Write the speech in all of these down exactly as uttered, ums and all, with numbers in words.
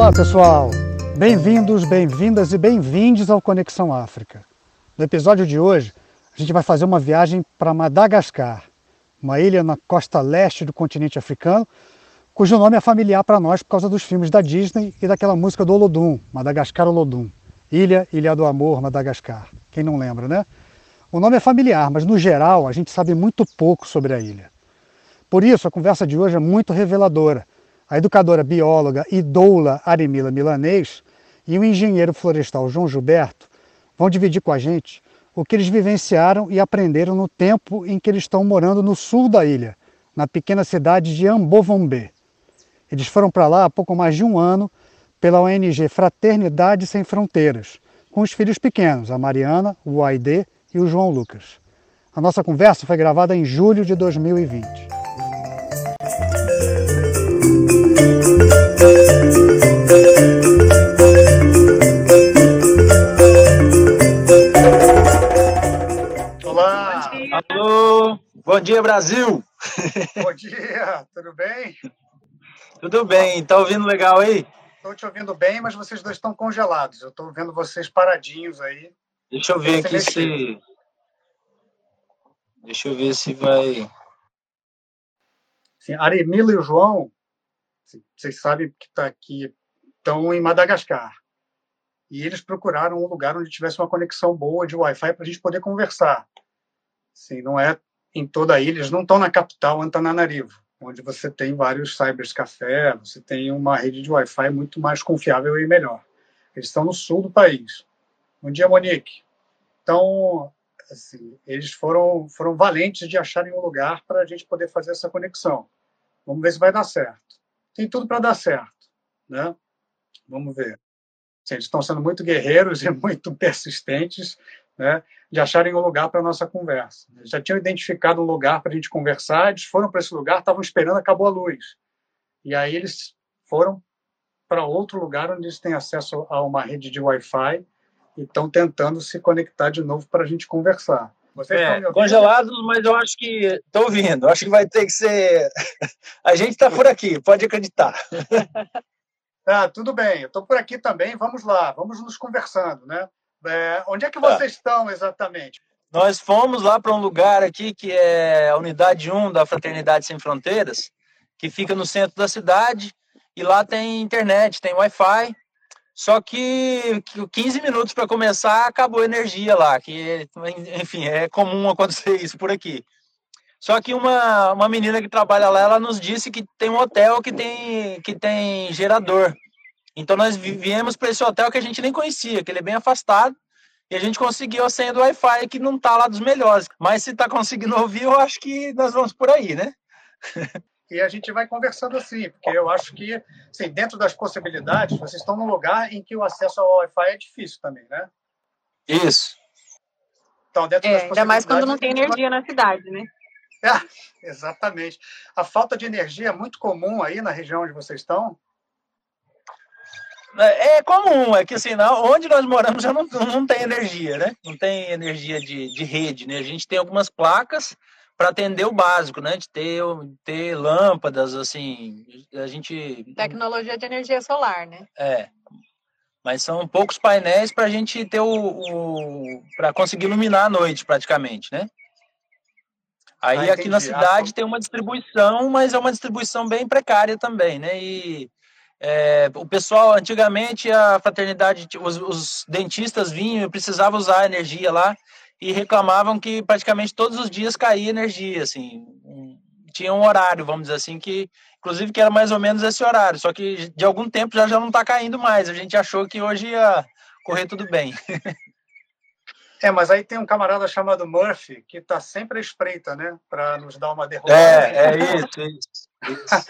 Olá pessoal, bem-vindos, bem-vindas e bem-vindes ao Conexão África. No episódio de hoje, a gente vai fazer uma viagem para Madagascar, uma ilha na costa leste do continente africano, cujo nome é familiar para nós por causa dos filmes da Disney e daquela música do Olodum, Madagascar Olodum. Ilha, Ilha do Amor, Madagascar. Quem não lembra, né? O nome é familiar, mas no geral a gente sabe muito pouco sobre a ilha. Por isso, a conversa de hoje é muito reveladora. A educadora bióloga e doula Arimila Milanês e o engenheiro florestal João Gilberto vão dividir com a gente o que eles vivenciaram e aprenderam no tempo em que eles estão morando no sul da ilha, na pequena cidade de Ambovombe. Eles foram para lá há pouco mais de um ano pela O N G Fraternidade Sem Fronteiras, com os filhos pequenos, a Mariana, o Aidê e o João Lucas. A nossa conversa foi gravada em julho de dois mil e vinte. Olá! Alô! Bom dia, Brasil! Bom dia, tudo bem? Tudo bem, tá ouvindo legal aí? Estou te ouvindo bem, mas vocês dois estão congelados. Eu estou vendo vocês paradinhos aí. Deixa eu ver aqui se... Deixa eu ver se vai... Sim, Arimila e o João, vocês sabem que tá aqui, estão em Madagascar. E eles procuraram um lugar onde tivesse uma conexão boa de Wi-Fi para a gente poder conversar. Assim, não é em toda a ilha, eles não estão na capital, Antananarivo, onde você tem vários cybercafés, você tem uma rede de Wi-Fi muito mais confiável e melhor. Eles estão no sul do país. Bom dia, Monique. Então, assim, eles foram, foram valentes de acharem um lugar para a gente poder fazer essa conexão. Vamos ver se vai dar certo. Tem tudo para dar certo, né? Vamos ver. Assim, eles estão sendo muito guerreiros e muito persistentes, né, de acharem um lugar para a nossa conversa. Eles já tinham identificado um lugar para a gente conversar, eles foram para esse lugar, estavam esperando, acabou a luz. E aí eles foram para outro lugar onde eles têm acesso a uma rede de Wi-Fi e estão tentando se conectar de novo para a gente conversar. Vocês é, estão me ouvindo? Congelados, mas eu acho que... Estou ouvindo, acho que vai ter que ser... A gente está por aqui, pode acreditar. Ah, tudo bem, eu estou por aqui também, vamos lá, vamos nos conversando, né? É, onde é que vocês tá. estão exatamente? Nós fomos lá para um lugar aqui que é a Unidade um da Fraternidade Sem Fronteiras, que fica no centro da cidade, e lá tem internet, tem Wi-Fi, só que quinze minutos para começar acabou a energia lá, que, enfim, é comum acontecer isso por aqui. Só que uma, uma menina que trabalha lá, ela nos disse que tem um hotel que tem, que tem gerador. Então nós viemos para esse hotel que a gente nem conhecia, que ele é bem afastado, e a gente conseguiu a senha do Wi-Fi, que não está lá dos melhores. Mas se está conseguindo ouvir, eu acho que nós vamos por aí, né? E a gente vai conversando assim, porque eu acho que, assim, dentro das possibilidades, vocês estão num lugar em que o acesso ao Wi-Fi é difícil também, né? Isso. Então, dentro é, das ainda mais quando não tem energia vai... na cidade, né? É, exatamente. A falta de energia é muito comum aí na região onde vocês estão? É comum, é que assim, onde nós moramos já não, não tem energia, né? Não tem energia de, de rede, né? A gente tem algumas placas para atender o básico, né? De ter, ter lâmpadas, assim, a gente... Tecnologia de energia solar, né? É, mas são poucos painéis para a gente ter o... o para conseguir iluminar a noite, praticamente, né? Aí ah, aqui na cidade ah, tem uma distribuição, mas é uma distribuição bem precária também, né? E... É, o pessoal, antigamente, a fraternidade, os, os dentistas vinham e precisavam usar a energia lá e reclamavam que praticamente todos os dias caía energia, assim, um, tinha um horário, vamos dizer assim, que inclusive que era mais ou menos esse horário, só que de algum tempo já, já não está caindo mais, a gente achou que hoje ia correr tudo bem. É, mas aí tem um camarada chamado Murphy, que está sempre à espreita, né, para nos dar uma derrubada. É, é isso, isso. isso.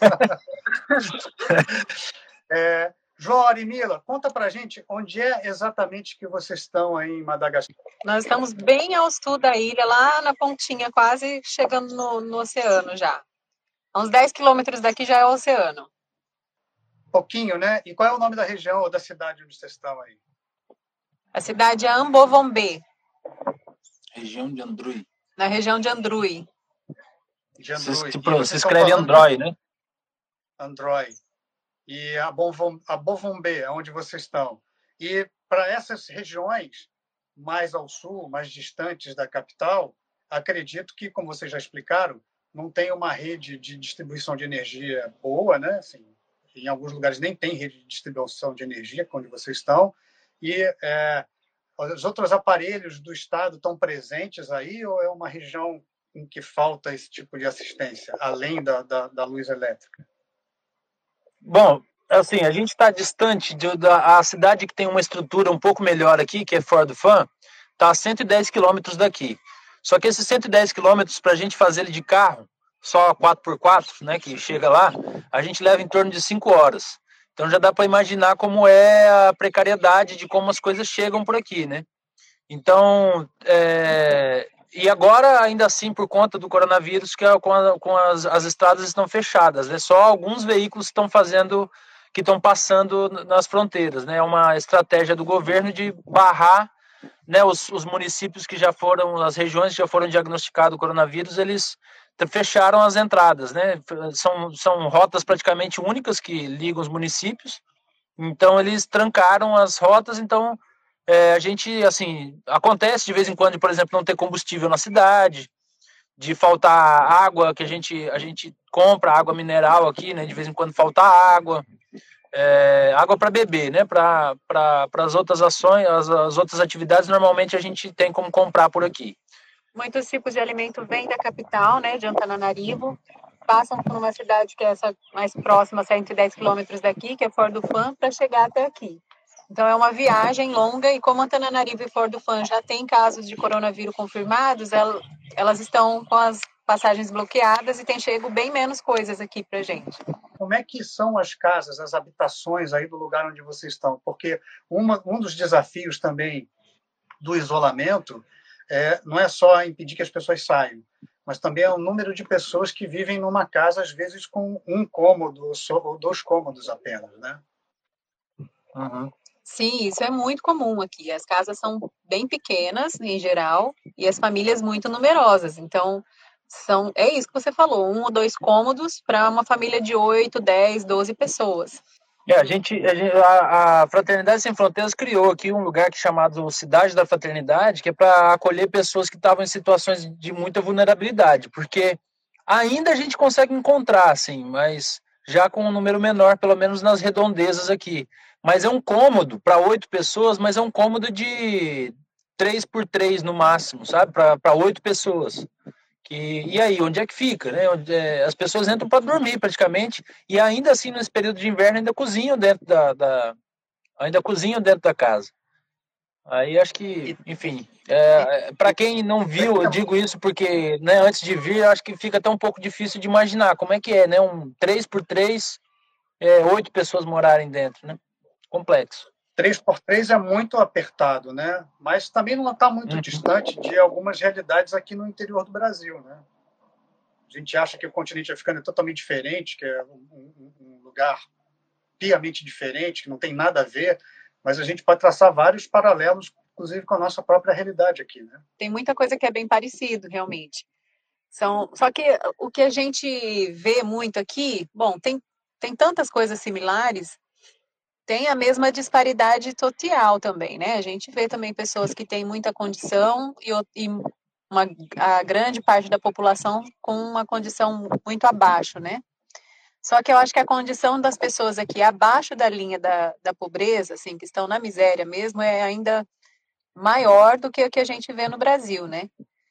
é, João, Arimila, conta pra gente onde é exatamente que vocês estão aí em Madagascar. Nós estamos bem ao sul da ilha, lá na pontinha, quase chegando no, no oceano já. A uns dez quilômetros daqui já é o oceano. Pouquinho, né? E qual é o nome da região ou da cidade onde vocês estão aí? A cidade é Ambovombe. Região de Andrui. Na região de Andrui. De Andrui. Se, se, se escreve Android, né? Android. e a Bovombé, onde vocês estão. E para essas regiões mais ao sul, mais distantes da capital, acredito que, como vocês já explicaram, não tem uma rede de distribuição de energia boa, né? Assim, em alguns lugares nem tem rede de distribuição de energia, onde vocês estão, e é, os outros aparelhos do Estado estão presentes aí, ou é uma região em que falta esse tipo de assistência, além da, da, da luz elétrica? Bom, assim, a gente está distante de, da a cidade que tem uma estrutura um pouco melhor aqui, que é Fort-Dauphin, está a cento e dez quilômetros daqui. Só que esses cento e dez quilômetros, para a gente fazer ele de carro, só quatro por quatro, né, que chega lá, a gente leva em torno de cinco horas. Então já dá para imaginar como é a precariedade de como as coisas chegam por aqui, né? Então, é... e agora, ainda assim, por conta do coronavírus, que é com, a, com as, as estradas estão fechadas, né? Só alguns veículos estão fazendo, que estão passando nas fronteiras, né? É uma estratégia do governo de barrar, né, os, os municípios que já foram, as regiões que já foram diagnosticados o coronavírus, eles fecharam as entradas, né? São, são rotas praticamente únicas que ligam os municípios, então eles trancaram as rotas. Então é, a gente, assim, acontece de vez em quando, por exemplo, não ter combustível na cidade, de faltar água, que a gente, a gente compra água mineral aqui, né? De vez em quando falta água, é, água para beber, né? Para pra, as outras ações, as, as outras atividades, normalmente a gente tem como comprar por aqui. Muitos tipos de alimento vêm da capital, né, de Antananarivo, passam por uma cidade que é essa mais próxima, cento e dez quilômetros daqui, que é Fort-Dauphin, para chegar até aqui. Então é uma viagem longa, e como Antananarivo e Fort-Dauphin já têm casos de coronavírus confirmados, elas estão com as passagens bloqueadas e tem chego bem menos coisas aqui para a gente. Como é que são as casas, as habitações aí do lugar onde vocês estão? Porque uma, um dos desafios também do isolamento é, não é só impedir que as pessoas saiam, mas também é o número de pessoas que vivem numa casa, às vezes com um cômodo ou dois cômodos apenas, né? Uhum. Sim, isso é muito comum aqui. As casas são bem pequenas, em geral, e as famílias muito numerosas. Então, são, é isso que você falou, um ou dois cômodos para uma família de oito, dez, doze pessoas. É, a, gente, a, gente, a, a Fraternidade Sem Fronteiras criou aqui um lugar que é chamado Cidade da Fraternidade, que é para acolher pessoas que estavam em situações de muita vulnerabilidade, porque ainda a gente consegue encontrar, assim, mas já com um número menor, pelo menos nas redondezas aqui. Mas é um cômodo para oito pessoas, mas é um cômodo de três por três no máximo, sabe? Para oito pessoas. Que, e aí, onde é que fica? Né? Onde, é, as pessoas entram para dormir praticamente, e ainda assim, nesse período de inverno, ainda cozinham dentro da, da, ainda cozinham dentro da casa. Aí acho que, enfim, é, para quem não viu, eu digo isso porque, né, antes de vir, acho que fica até um pouco difícil de imaginar como é que é, né? Um três por três, é, oito pessoas morarem dentro, né? Complexo. três por três é muito apertado, né? Mas também não está muito uhum. distante de algumas realidades aqui no interior do Brasil, né? A gente acha que o continente africano é totalmente diferente, que é um, um lugar piamente diferente, que não tem nada a ver, mas a gente pode traçar vários paralelos, inclusive com a nossa própria realidade aqui, né? Tem muita coisa que é bem parecido, realmente. São, só que o que a gente vê muito aqui, bom, tem, tem tantas coisas similares, tem a mesma disparidade social também, né? A gente vê também pessoas que têm muita condição e, e uma, a grande parte da população com uma condição muito abaixo, né? Só que eu acho que a condição das pessoas aqui abaixo da linha da, da pobreza, assim, que estão na miséria mesmo, é ainda maior do que o que a gente vê no Brasil, né?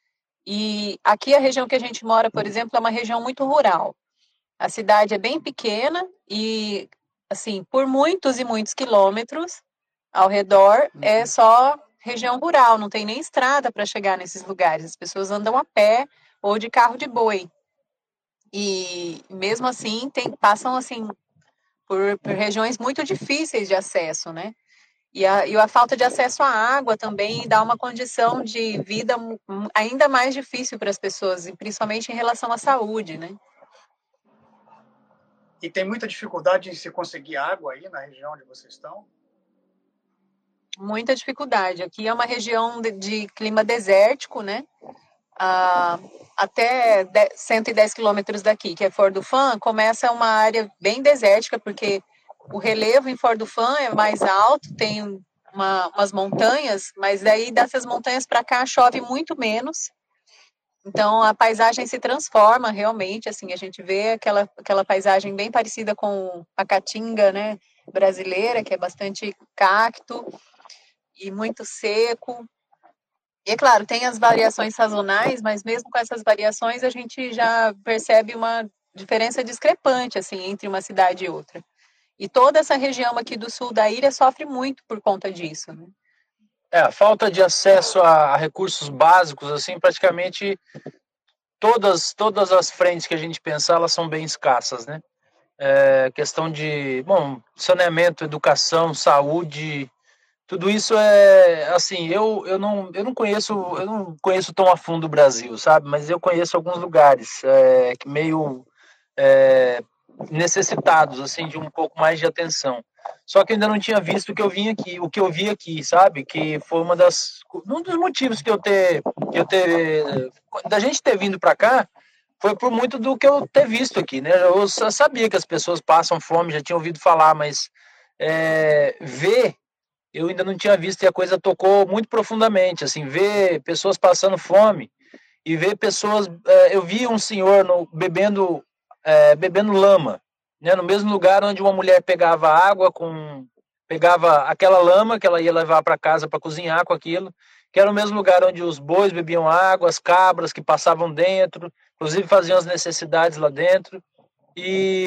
E aqui a região que a gente mora, por exemplo, é uma região muito rural. A cidade é bem pequena e, assim, por muitos e muitos quilômetros ao redor é só região rural, não tem nem estrada para chegar nesses lugares. As pessoas andam a pé ou de carro de boi. E mesmo assim tem, passam assim por, por regiões muito difíceis de acesso, né? E a, e a falta de acesso à água também dá uma condição de vida ainda mais difícil para as pessoas, e principalmente em relação à saúde, né? E tem muita dificuldade em se conseguir água aí na região onde vocês estão? Muita dificuldade. Aqui é uma região de, de clima desértico, né? Ah, até cento e dez quilômetros daqui, que é Fort-Dauphin, começa uma área bem desértica, porque o relevo em Fordofã é mais alto, tem uma, umas montanhas, mas daí dessas montanhas para cá chove muito menos. Então a paisagem se transforma realmente, assim, a gente vê aquela, aquela paisagem bem parecida com a caatinga, né, brasileira, que é bastante cacto e muito seco. E é claro, tem as variações sazonais, mas mesmo com essas variações a gente já percebe uma diferença discrepante, assim, entre uma cidade e outra. E toda essa região aqui do sul da ilha sofre muito por conta disso, né? É, a falta de acesso a, a recursos básicos, assim, praticamente todas, todas as frentes que a gente pensar, elas são bem escassas, né? É, questão de, bom, saneamento, educação, saúde, tudo isso é, assim, eu, eu, não, eu não conheço, eu não conheço tão a fundo o Brasil, sabe? Mas eu conheço alguns lugares é, que meio é, necessitados, assim, de um pouco mais de atenção. Só que eu ainda não tinha visto o que eu vim aqui, o que eu vi aqui, sabe? Que foi uma das, um dos motivos que eu ter, que eu ter, da gente ter vindo para cá, foi por muito do que eu ter visto aqui, né? Eu sabia que as pessoas passam fome, já tinha ouvido falar, mas é, ver, eu ainda não tinha visto e a coisa tocou muito profundamente, assim, ver pessoas passando fome e ver pessoas, é, eu vi um senhor no, bebendo, é, bebendo lama, né? No mesmo lugar onde uma mulher pegava água com, pegava aquela lama que ela ia levar para casa para cozinhar com aquilo, que era o mesmo lugar onde os bois bebiam água, as cabras que passavam dentro, inclusive faziam as necessidades lá dentro. E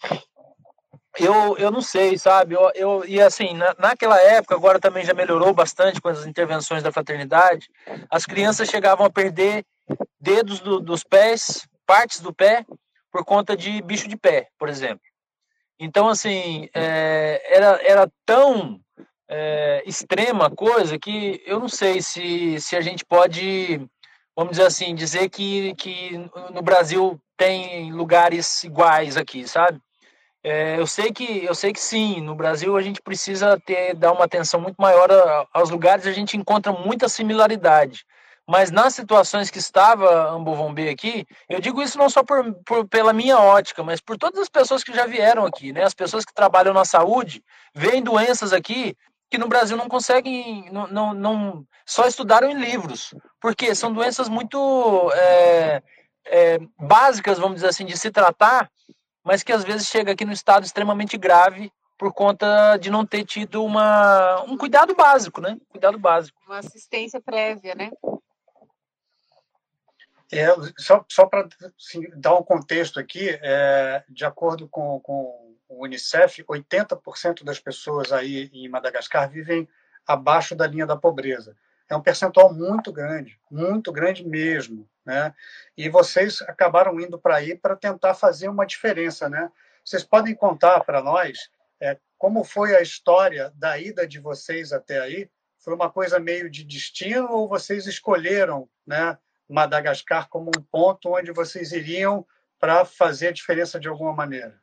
eu, eu não sei, sabe? Eu, eu, e assim, na, naquela época, agora também já melhorou bastante com as intervenções da fraternidade, as crianças chegavam a perder dedos do, dos pés, partes do pé, por conta de bicho de pé, por exemplo. Então, assim, é, era, era tão é, extrema a coisa que eu não sei se, se a gente pode, vamos dizer assim, dizer que, que no Brasil tem lugares iguais aqui, sabe? É, eu sei que eu sei que sim, no Brasil a gente precisa ter dar uma atenção muito maior a, aos lugares, a gente encontra muita similaridade. Mas nas situações que estava Ambovombe aqui, eu digo isso não só por, por, pela minha ótica, mas por todas as pessoas que já vieram aqui, né? As pessoas que trabalham na saúde, veem doenças aqui que no Brasil não conseguem, não, não, não só estudaram em livros, porque são doenças muito é, é, básicas, vamos dizer assim, de se tratar, mas que às vezes chega aqui no estado extremamente grave por conta de não ter tido uma, um cuidado básico, né? Cuidado básico. Uma assistência prévia, né? É, só só para assim, dar um contexto aqui, é, de acordo com, com o Unicef, oitenta por cento das pessoas aí em Madagascar vivem abaixo da linha da pobreza. É um percentual muito grande, muito grande mesmo, né? E vocês acabaram indo para aí para tentar fazer uma diferença, né? Vocês podem contar para nós é, como foi a história da ida de vocês até aí? Foi uma coisa meio de destino ou vocês escolheram, né, Madagascar como um ponto onde vocês iriam para fazer a diferença de alguma maneira?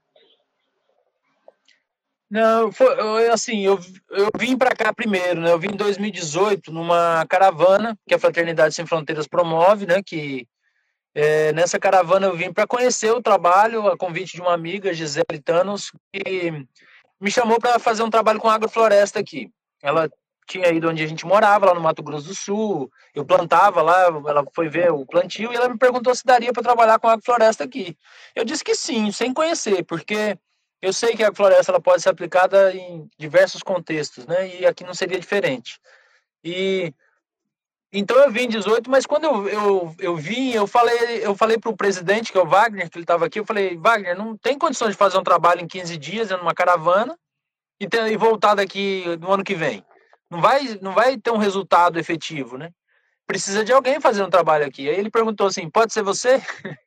Não, foi assim, eu, eu vim para cá primeiro, né? Eu vim em dois mil e dezoito numa caravana que a Fraternidade Sem Fronteiras promove, né? Que é, nessa caravana eu vim para conhecer o trabalho, a convite de uma amiga, Gisele Thanos, que me chamou para fazer um trabalho com agrofloresta aqui. Ela tinha ido onde a gente morava, lá no Mato Grosso do Sul, eu plantava lá, ela foi ver o plantio e ela me perguntou se daria para trabalhar com agrofloresta aqui. Eu disse que sim, sem conhecer, porque eu sei que a agrofloresta ela pode ser aplicada em diversos contextos, né? E aqui não seria diferente. E então eu vim em dezoito, mas quando eu, eu, eu vim, eu falei, eu falei para o presidente, que é o Wagner, que ele estava aqui, eu falei, Wagner, não tem condições de fazer um trabalho em quinze dias, numa caravana, e, ter, e voltar daqui no ano que vem. Não vai, não vai ter um resultado efetivo, né? Precisa de alguém fazendo um trabalho aqui. Aí ele perguntou assim, pode ser você?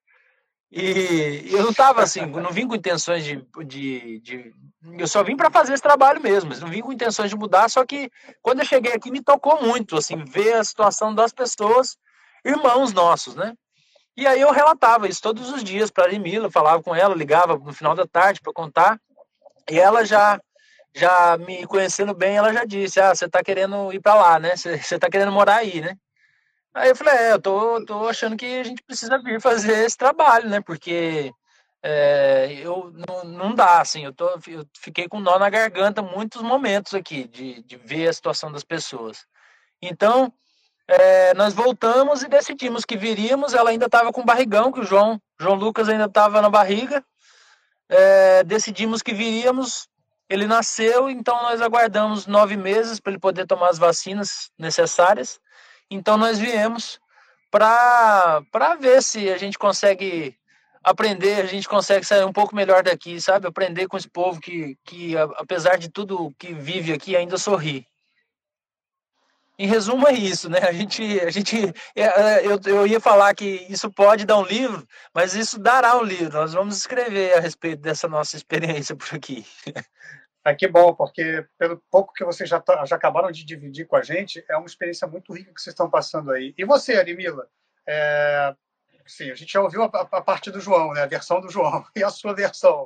E eu não estava assim, não vim com intenções de, de, de eu só vim para fazer esse trabalho mesmo, não vim com intenções de mudar, só que quando eu cheguei aqui me tocou muito, assim, ver a situação das pessoas, irmãos nossos, né? E aí eu relatava isso todos os dias para a Emila, falava com ela, ligava no final da tarde para contar, e ela já já me conhecendo bem, ela já disse, ah, você está querendo ir para lá, né? Você está querendo morar aí, né? Aí eu falei, é, eu tô, tô achando que a gente precisa vir fazer esse trabalho, né? Porque é, eu não, não dá, assim, eu, tô, eu fiquei com nó na garganta muitos momentos aqui de, de ver a situação das pessoas. Então, é, nós voltamos e decidimos que viríamos. Ela ainda estava com barrigão, que o João, João Lucas ainda estava na barriga. É, decidimos que viríamos. Ele nasceu, então nós aguardamos nove meses para ele poder tomar as vacinas necessárias. Então nós viemos para para ver se a gente consegue aprender, a gente consegue sair um pouco melhor daqui, sabe? Aprender com esse povo que, que apesar de tudo que vive aqui, ainda sorri. Em resumo, é isso, né? A gente, a gente, eu, eu ia falar que isso pode dar um livro, mas isso dará um livro. Nós vamos escrever a respeito dessa nossa experiência por aqui. Ah, que bom, porque pelo pouco que vocês já, já acabaram de dividir com a gente, é uma experiência muito rica que vocês estão passando aí. E você, Arimila? É, sim, a gente já ouviu a, a parte do João, né? A versão do João. E a sua versão?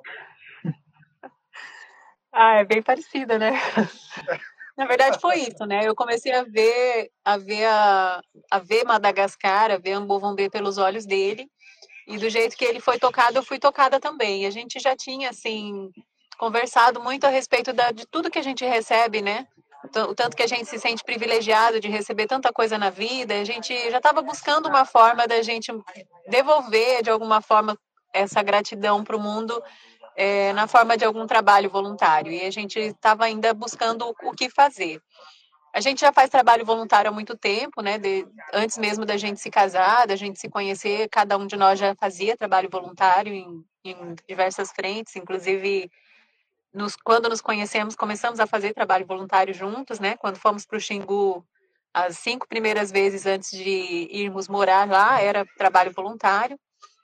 Ah, é bem parecida, né? Na verdade foi isso, né? Eu comecei a ver a ver a, a ver Madagascar, a ver Ambovombe pelos olhos dele, e do jeito que ele foi tocado, eu fui tocada também. E a gente já tinha assim conversado muito a respeito da, de tudo que a gente recebe, né? O tanto que a gente se sente privilegiado de receber tanta coisa na vida. A gente já estava buscando uma forma da gente devolver de alguma forma essa gratidão para o mundo. É, na forma de algum trabalho voluntário, e a gente estava ainda buscando o que fazer. A gente já faz trabalho voluntário há muito tempo, né? De, antes mesmo da gente se casar, da gente se conhecer, cada um de nós já fazia trabalho voluntário em, em diversas frentes, inclusive nos, quando nos conhecemos, começamos a fazer trabalho voluntário juntos, né? Quando fomos para o Xingu, as cinco primeiras vezes antes de irmos morar lá, era trabalho voluntário.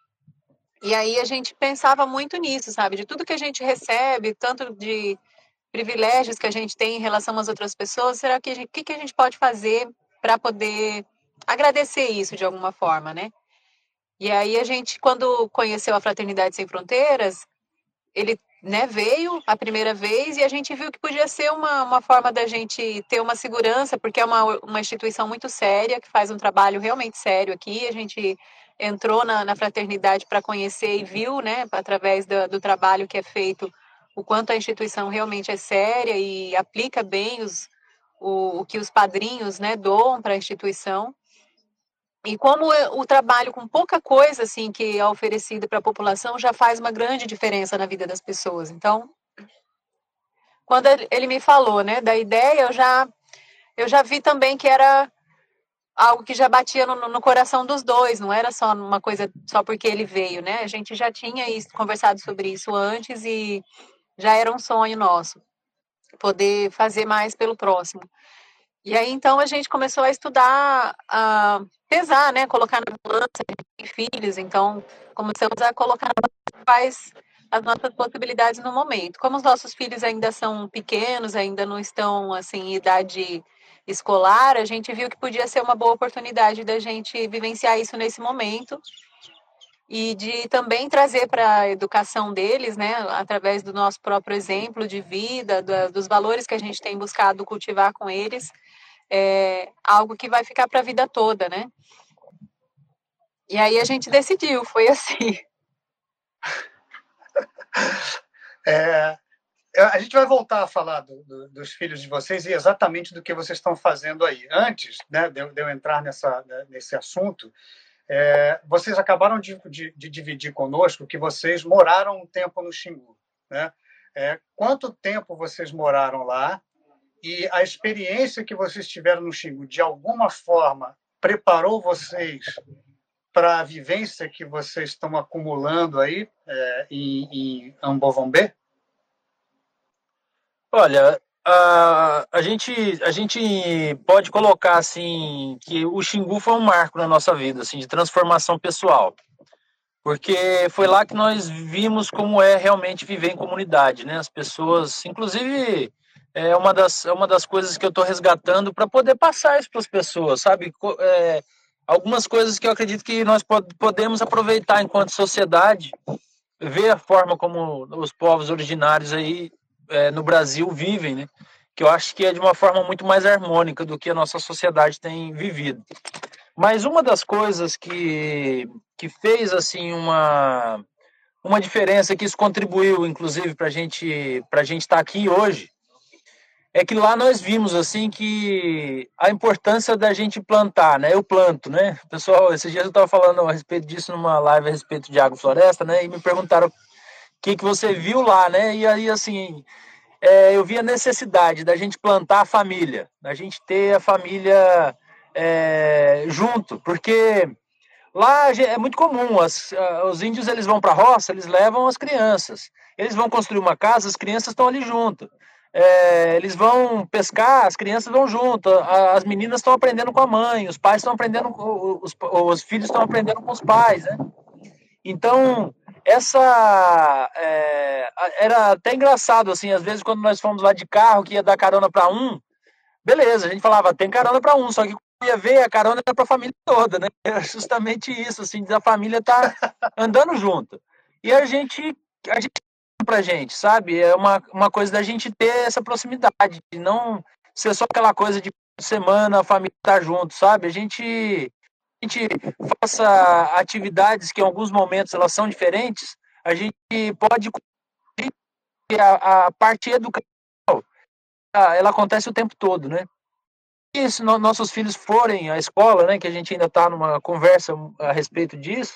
E aí a gente pensava muito nisso, sabe? De tudo que a gente recebe, tanto de privilégios que a gente tem em relação às outras pessoas, será que a gente, que, que a gente pode fazer para poder agradecer isso de alguma forma, né? E aí a gente, quando conheceu a Fraternidade Sem Fronteiras, ele, né, veio a primeira vez e a gente viu que podia ser uma, uma forma da gente ter uma segurança, porque é uma, uma instituição muito séria, que faz um trabalho realmente sério aqui. A gente entrou na, na fraternidade para conhecer e viu, né, através do, do trabalho que é feito, o quanto a instituição realmente é séria e aplica bem os, o, o que os padrinhos, né, doam para a instituição. E como o trabalho com pouca coisa assim que é oferecido para a população já faz uma grande diferença na vida das pessoas. Então, quando ele me falou, né, da ideia, eu já eu já vi também que era algo que já batia no, no coração dos dois, não era só uma coisa só porque ele veio, né? A gente já tinha isso, conversado sobre isso antes e já era um sonho nosso poder fazer mais pelo próximo. E aí, então, a gente começou a estudar, a pesar, né? Colocar na balança, a gente tem filhos, então começamos a colocar quais as nossas possibilidades no momento. Como os nossos filhos ainda são pequenos, ainda não estão, assim, em idade escolar, a gente viu que podia ser uma boa oportunidade da gente vivenciar isso nesse momento e de também trazer para a educação deles, né, através do nosso próprio exemplo de vida, da, dos valores que a gente tem buscado cultivar com eles, é algo que vai ficar para a vida toda, né? E aí a gente decidiu, foi assim. É, a gente vai voltar a falar do, do, dos filhos de vocês e exatamente do que vocês estão fazendo aí. Antes, né, de, de eu entrar nessa, nesse assunto, é, vocês acabaram de, de, de dividir conosco que vocês moraram um tempo no Xingu, né? É, quanto tempo vocês moraram lá? E a experiência que vocês tiveram no Xingu, de alguma forma, preparou vocês para a vivência que vocês estão acumulando aí é, em, em Ambovombe? Olha, a, a, gente, a gente pode colocar assim que o Xingu foi um marco na nossa vida, assim, de transformação pessoal. Porque foi lá que nós vimos como é realmente viver em comunidade, né? As pessoas, inclusive, é uma das, é uma das coisas que eu estou resgatando para poder passar isso para as pessoas, sabe? É, algumas coisas que eu acredito que nós podemos aproveitar enquanto sociedade, ver a forma como os povos originários aí é, no Brasil vivem, né? Que eu acho que é de uma forma muito mais harmônica do que a nossa sociedade tem vivido. Mas uma das coisas que, que fez assim uma, uma diferença que isso contribuiu, inclusive, para gente, a gente estar aqui hoje, é que lá nós vimos assim que a importância da gente plantar, né? Eu planto, né? Pessoal, esses dias eu estava falando a respeito disso numa live a respeito de agrofloresta, né? E me perguntaram o que, que você viu lá, né? E aí, assim, é, eu vi a necessidade da gente plantar a família, da gente ter a família é, junto, porque lá é muito comum, as, os índios eles vão para a roça, eles levam as crianças, eles vão construir uma casa, as crianças estão ali junto. É, eles vão pescar, as crianças vão junto, as meninas estão aprendendo com a mãe, os pais estão aprendendo, os, os filhos estão aprendendo com os pais, né? Então, essa é, era até engraçado, assim, às vezes quando nós fomos lá de carro, que ia dar carona para um, beleza, a gente falava, tem carona para um, só que quando ia ver, a carona era para a família toda, né? Era justamente isso, assim, a família tá andando junto. E a gente, a gente pra gente, sabe? É uma, uma coisa da gente ter essa proximidade, de não ser só aquela coisa de semana, a família tá junto, sabe? A gente, a gente faça atividades que em alguns momentos elas são diferentes, a gente pode a, a parte educacional, ela acontece o tempo todo, né? E se no, nossos filhos forem à escola, né, que a gente ainda está numa conversa a respeito disso,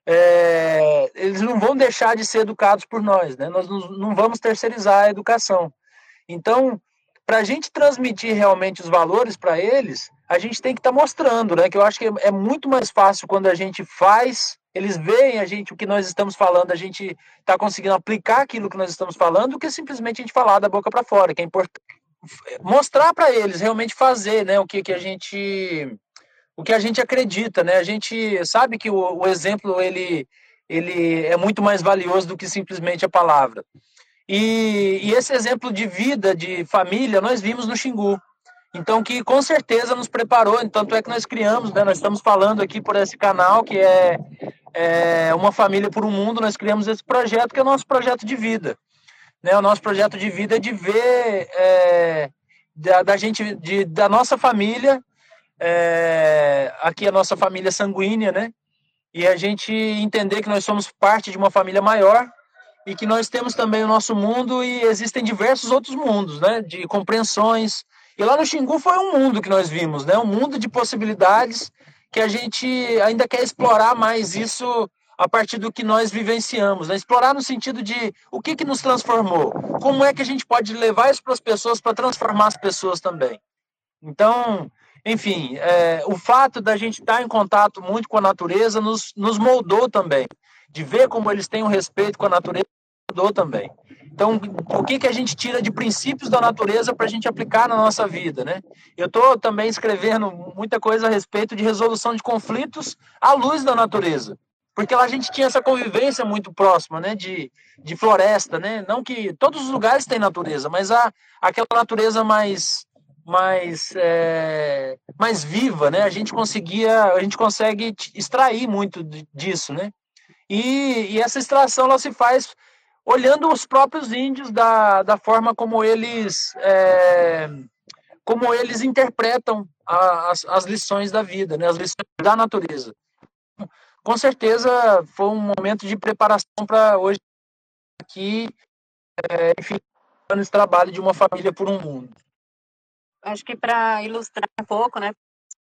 é, eles não vão deixar de ser educados por nós, né? Nós não vamos terceirizar a educação. Então, para a gente transmitir realmente os valores para eles, a gente tem que estar tá mostrando, né? Que eu acho que é muito mais fácil quando a gente faz, eles veem a gente, o que nós estamos falando, a gente está conseguindo aplicar aquilo que nós estamos falando, do que simplesmente a gente falar da boca para fora, que é importante mostrar para eles, realmente fazer, né? O que, que a gente o que a gente acredita, né? A gente sabe que o, o exemplo ele, ele é muito mais valioso do que simplesmente a palavra. E, e esse exemplo de vida, de família, nós vimos no Xingu. Então, que com certeza nos preparou, tanto é que nós criamos, né? Nós estamos falando aqui por esse canal, que é, é Uma Família por um Mundo, nós criamos esse projeto, que é o nosso projeto de vida. Né? O nosso projeto de vida é de ver é, da, da gente, de, da nossa família, é, aqui a nossa família sanguínea, né? E a gente entender que nós somos parte de uma família maior e que nós temos também o nosso mundo e existem diversos outros mundos, né? De compreensões. E lá no Xingu foi um mundo que nós vimos, né? Um mundo de possibilidades que a gente ainda quer explorar mais isso a partir do que nós vivenciamos, né? Explorar no sentido de o que, que nos transformou, como é que a gente pode levar isso para as pessoas para transformar as pessoas também. Então, enfim, é, o fato da gente estar em contato muito com a natureza nos, nos moldou também, de ver como eles têm um respeito com a natureza, moldou também. Então, o que, que a gente tira de princípios da natureza para a gente aplicar na nossa vida, né? Eu estou também escrevendo muita coisa a respeito de resolução de conflitos à luz da natureza, porque lá a gente tinha essa convivência muito próxima, né, de, de floresta, né? Não que todos os lugares têm natureza, mas há aquela natureza mais mais, é, mais viva, né? A gente conseguia, a gente consegue extrair muito disso, né? E, e essa extração ela se faz olhando os próprios índios da, da forma como eles é, como eles interpretam a, as, as lições da vida, né? As lições da natureza. Com certeza foi um momento de preparação para hoje aqui, é, enfim, esse trabalho de Uma Família por um Mundo. Acho que para ilustrar um pouco, né,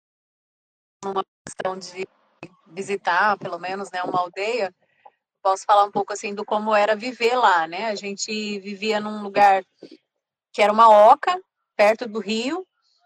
uma questão de visitar, pelo menos, né, uma aldeia, posso falar um pouco assim do como era viver lá, né? A gente vivia num lugar que era uma oca, perto do rio,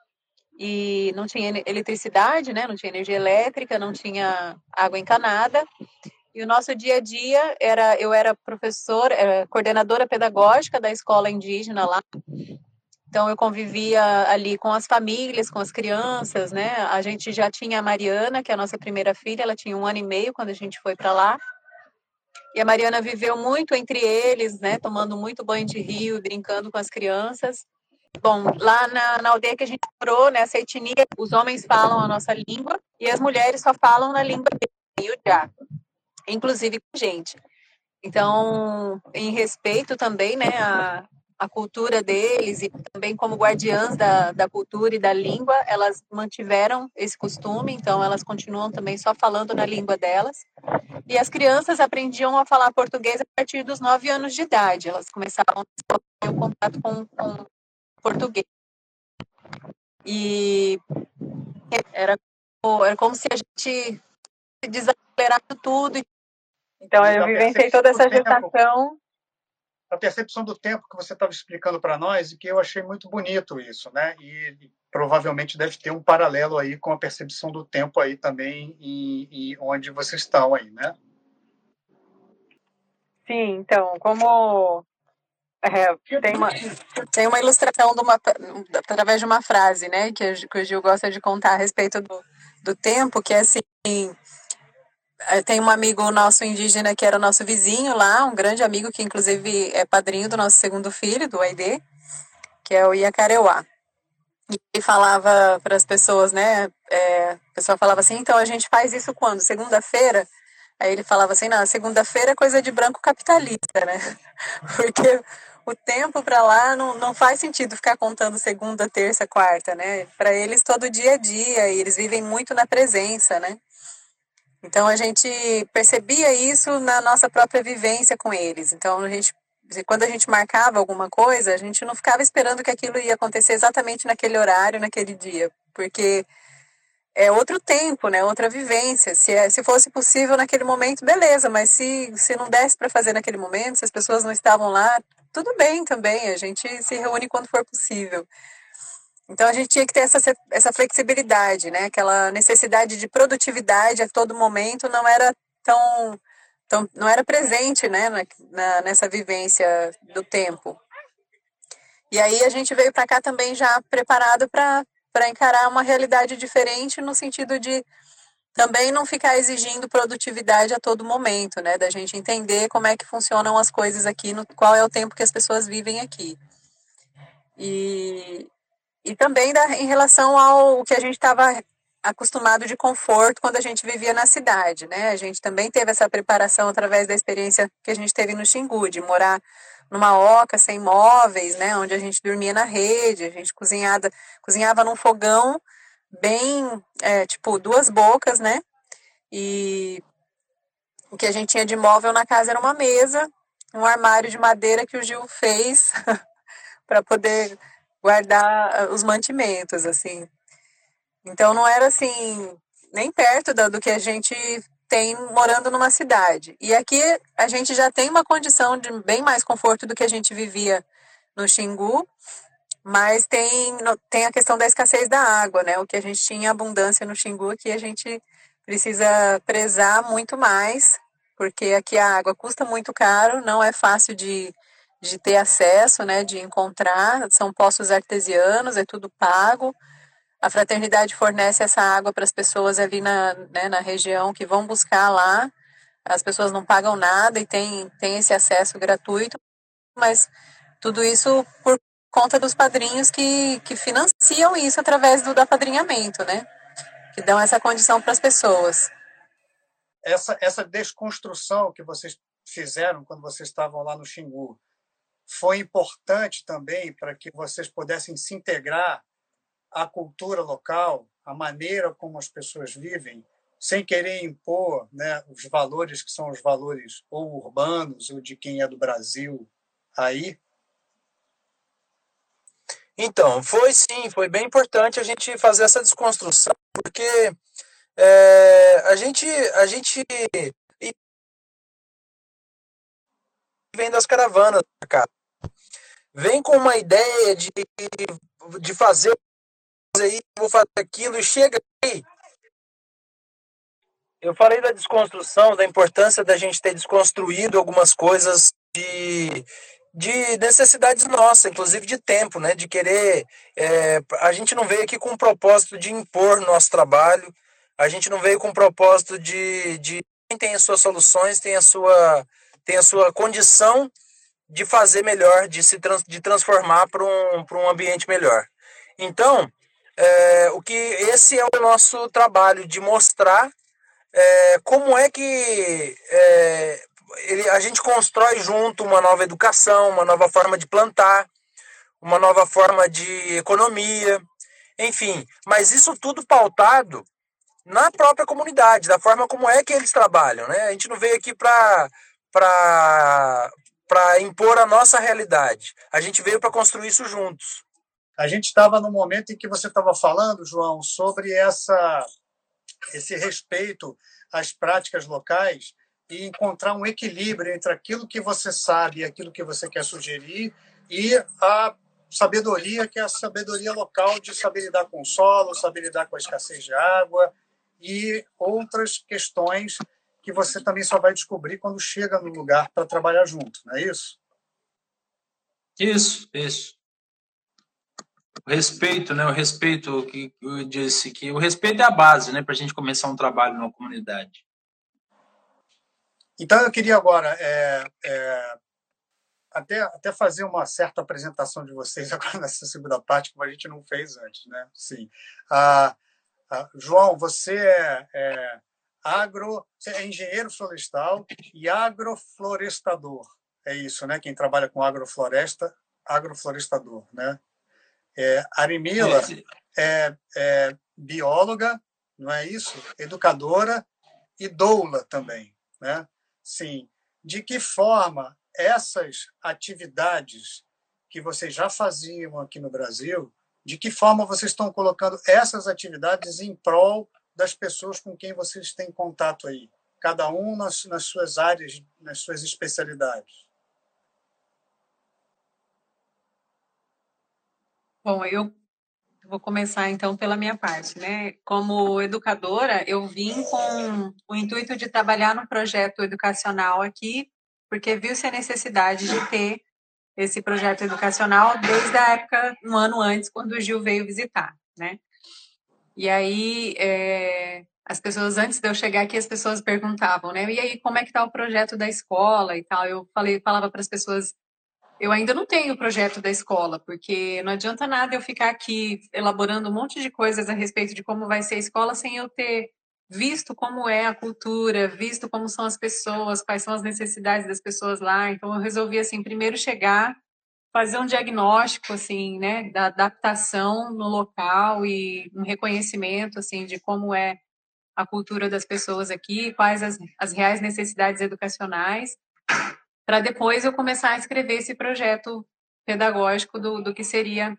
e não tinha eletricidade, né? Não tinha energia elétrica, não tinha água encanada. E o nosso dia a dia era, eu era professora, era coordenadora pedagógica da escola indígena lá. Então, eu convivia ali com as famílias, com as crianças, né? A gente já tinha a Mariana, que é a nossa primeira filha, ela tinha um ano e meio quando a gente foi para lá. E a Mariana viveu muito entre eles, né? Tomando muito banho de rio, brincando com as crianças. Bom, lá na, na aldeia que a gente morou, nessa etnia, os homens falam a nossa língua e as mulheres só falam na língua deles, inclusive com a gente. Então, em respeito também, né, a a cultura deles e também como guardiãs da, da cultura e da língua, elas mantiveram esse costume, então elas continuam também só falando na língua delas. E as crianças aprendiam a falar português a partir dos nove anos de idade, elas começavam a ter o contato com, com português. E era, era como se a gente desacelerasse tudo. Então eu vivenciei toda essa gestação. A percepção do tempo que você estava explicando para nós, e que eu achei muito bonito isso, né? E, e provavelmente deve ter um paralelo aí com a percepção do tempo aí também e, e onde vocês estão aí, né? Sim, então, como é, tem, uma, tem uma ilustração de uma, através de uma frase, né, que, que o Gil gosta de contar a respeito do, do tempo, que é assim, tem um amigo nosso indígena que era o nosso vizinho lá, um grande amigo que inclusive é padrinho do nosso segundo filho, do Aidê, que é o Iacareuá. E ele falava para as pessoas, né, é, o pessoal falava assim, então a gente faz isso quando? Segunda-feira? Aí ele falava assim, não, segunda-feira é coisa de branco capitalista, né? Porque o tempo para lá não, não faz sentido ficar contando segunda, terça, quarta, né? Para eles todo dia é dia e eles vivem muito na presença, né? Então a gente percebia isso na nossa própria vivência com eles. Então a gente, quando a gente marcava alguma coisa, a gente não ficava esperando que aquilo ia acontecer exatamente naquele horário, naquele dia, porque é outro tempo, né? Outra vivência. Se, é, se fosse possível naquele momento, beleza, mas se, se não desse para fazer naquele momento, se as pessoas não estavam lá, tudo bem também, a gente se reúne quando for possível. Então a gente tinha que ter essa, essa flexibilidade, né? Aquela necessidade de produtividade a todo momento não era tão, tão não era presente, né? Na, na, nessa vivência do tempo. E aí a gente veio para cá também já preparado para para encarar uma realidade diferente no sentido de também não ficar exigindo produtividade a todo momento, né? Da gente entender como é que funcionam as coisas aqui, no, qual é o tempo que as pessoas vivem aqui. E, e também da, em relação ao que a gente estava acostumado de conforto quando a gente vivia na cidade, né? A gente também teve essa preparação através da experiência que a gente teve no Xingu, de morar numa oca sem móveis, né? Onde a gente dormia na rede, a gente cozinhava, cozinhava num fogão bem, é, tipo, duas bocas, né? E o que a gente tinha de móvel na casa era uma mesa, um armário de madeira que o Gil fez para poder guardar os mantimentos, assim. Então não era assim, nem perto do, do que a gente tem morando numa cidade. E aqui a gente já tem uma condição de bem mais conforto do que a gente vivia no Xingu, mas tem, tem a questão da escassez da água, né? O que a gente tinha abundância no Xingu, aqui a gente precisa prezar muito mais, porque aqui a água custa muito caro, não é fácil de, de ter acesso, né? De encontrar, são poços artesianos, é tudo pago. A fraternidade fornece essa água para as pessoas ali na, né, na região que vão buscar lá. As pessoas não pagam nada e tem, tem esse acesso gratuito, mas tudo isso por conta dos padrinhos que, que financiam isso através do, do apadrinhamento, né? Que dão essa condição para as pessoas. Essa, essa desconstrução que vocês fizeram quando vocês estavam lá no Xingu foi importante também para que vocês pudessem se integrar a cultura local, a maneira como as pessoas vivem, sem querer impor, né, os valores que são os valores ou urbanos ou de quem é do Brasil aí? Então, foi sim, foi bem importante a gente fazer essa desconstrução, porque é, a gente, a gente vem das caravanas pra cá, vem com uma ideia de, de fazer aí, vou fazer aquilo, e chega aí. Eu falei da desconstrução, da importância da gente ter desconstruído algumas coisas de, de necessidades nossas, inclusive de tempo, né? De querer. É, a gente não veio aqui com o propósito de impor nosso trabalho, a gente não veio com o propósito de. de quem tem as suas soluções, tem a sua, tem a sua condição de fazer melhor, de se trans, de transformar para um, para um ambiente melhor. Então, é, o que esse é o nosso trabalho, de mostrar é, como é que é, ele, a gente constrói junto uma nova educação, uma nova forma de plantar, uma nova forma de economia, enfim. Mas isso tudo pautado na própria comunidade, da forma como é que eles trabalham, né? A gente não veio aqui para para para impor a nossa realidade. A gente veio para construir isso juntos. A gente estava no momento em que você estava falando, João, sobre essa, esse respeito às práticas locais e encontrar um equilíbrio entre aquilo que você sabe e aquilo que você quer sugerir e a sabedoria, que é a sabedoria local de saber lidar com o solo, saber lidar com a escassez de água e outras questões que você também só vai descobrir quando chega no lugar para trabalhar junto, não é isso? Isso, isso. O respeito, né? O respeito que eu disse que o respeito é a base, né, para a gente começar um trabalho numa comunidade. Então eu queria agora é, é, até até fazer uma certa apresentação de vocês agora nessa segunda parte, como a gente não fez antes, né? Sim. Ah, ah, João, você é, é agro, você é engenheiro florestal e agroflorestador. É isso, né? Quem trabalha com agrofloresta, agroflorestador, né? É, Arimila é, é bióloga, não é isso? Educadora e doula também, né? Sim. De que forma essas atividades que vocês já faziam aqui no Brasil, de que forma vocês estão colocando essas atividades em prol das pessoas com quem vocês têm contato aí? Cada um nas, nas suas áreas, nas suas especialidades. Bom, eu vou começar então pela minha parte, né? Como educadora, eu vim com o intuito de trabalhar no projeto educacional aqui, porque viu-se a necessidade de ter esse projeto educacional desde a época, um ano antes, quando o Gil veio visitar, né? E aí, é, as pessoas, antes de eu chegar aqui, as pessoas perguntavam, né? E aí, como é que tá o projeto da escola e tal? Eu falei, falava para as pessoas, eu ainda não tenho o projeto da escola, porque não adianta nada eu ficar aqui elaborando um monte de coisas a respeito de como vai ser a escola sem eu ter visto como é a cultura, visto como são as pessoas, quais são as necessidades das pessoas lá. Então, eu resolvi, assim, primeiro chegar, fazer um diagnóstico, assim, né, da adaptação no local e um reconhecimento, assim, de como é a cultura das pessoas aqui, quais as, as reais necessidades educacionais, para depois eu começar a escrever esse projeto pedagógico do, do que seria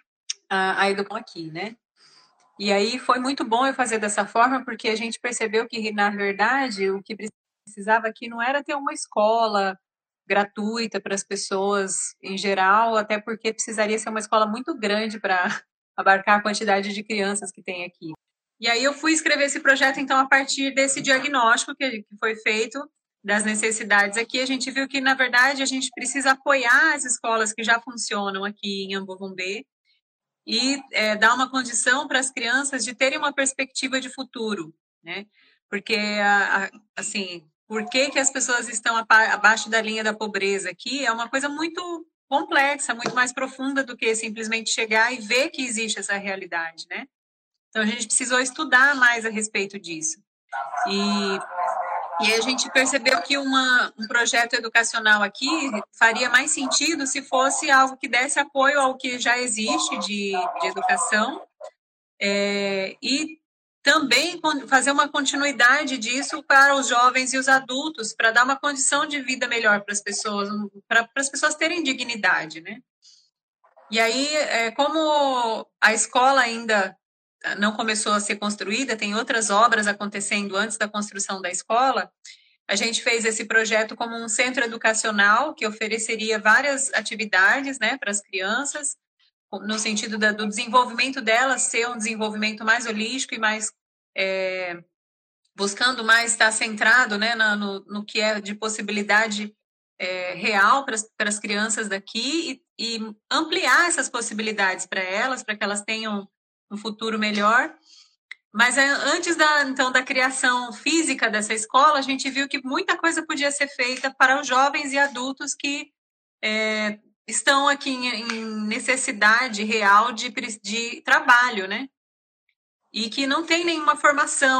a, a educação aqui, né? E aí foi muito bom eu fazer dessa forma, porque a gente percebeu que, na verdade, o que precisava aqui não era ter uma escola gratuita para as pessoas em geral, até porque precisaria ser uma escola muito grande para abarcar a quantidade de crianças que tem aqui. E aí eu fui escrever esse projeto, então, a partir desse diagnóstico que, que foi feito das necessidades aqui. A gente viu que, na verdade, a gente precisa apoiar as escolas que já funcionam aqui em Ambo-Gombê e é, dar uma condição para as crianças de terem uma perspectiva de futuro, né? Porque, a, a, assim, por que, que as pessoas estão abaixo da linha da pobreza aqui é uma coisa muito complexa, muito mais profunda do que simplesmente chegar e ver que existe essa realidade, né? Então, a gente precisou estudar mais a respeito disso. E, e a gente percebeu que uma, um projeto educacional aqui faria mais sentido se fosse algo que desse apoio ao que já existe de, de educação é, e também fazer uma continuidade disso para os jovens e os adultos, para dar uma condição de vida melhor para as pessoas, para as pessoas terem dignidade, né? E aí, é, como a escola ainda não começou a ser construída, tem outras obras acontecendo antes da construção da escola, a gente fez esse projeto como um centro educacional que ofereceria várias atividades, né, para as crianças, no sentido da, do desenvolvimento delas ser um desenvolvimento mais holístico e mais é, buscando mais estar centrado, né, no, no que é de possibilidade é, real para as crianças daqui e, e ampliar essas possibilidades para elas, para que elas tenham um futuro melhor. Mas antes da, então, da criação física dessa escola, a gente viu que muita coisa podia ser feita para os jovens e adultos que é, estão aqui em, em necessidade real de, de trabalho, né? E que não tem nenhuma formação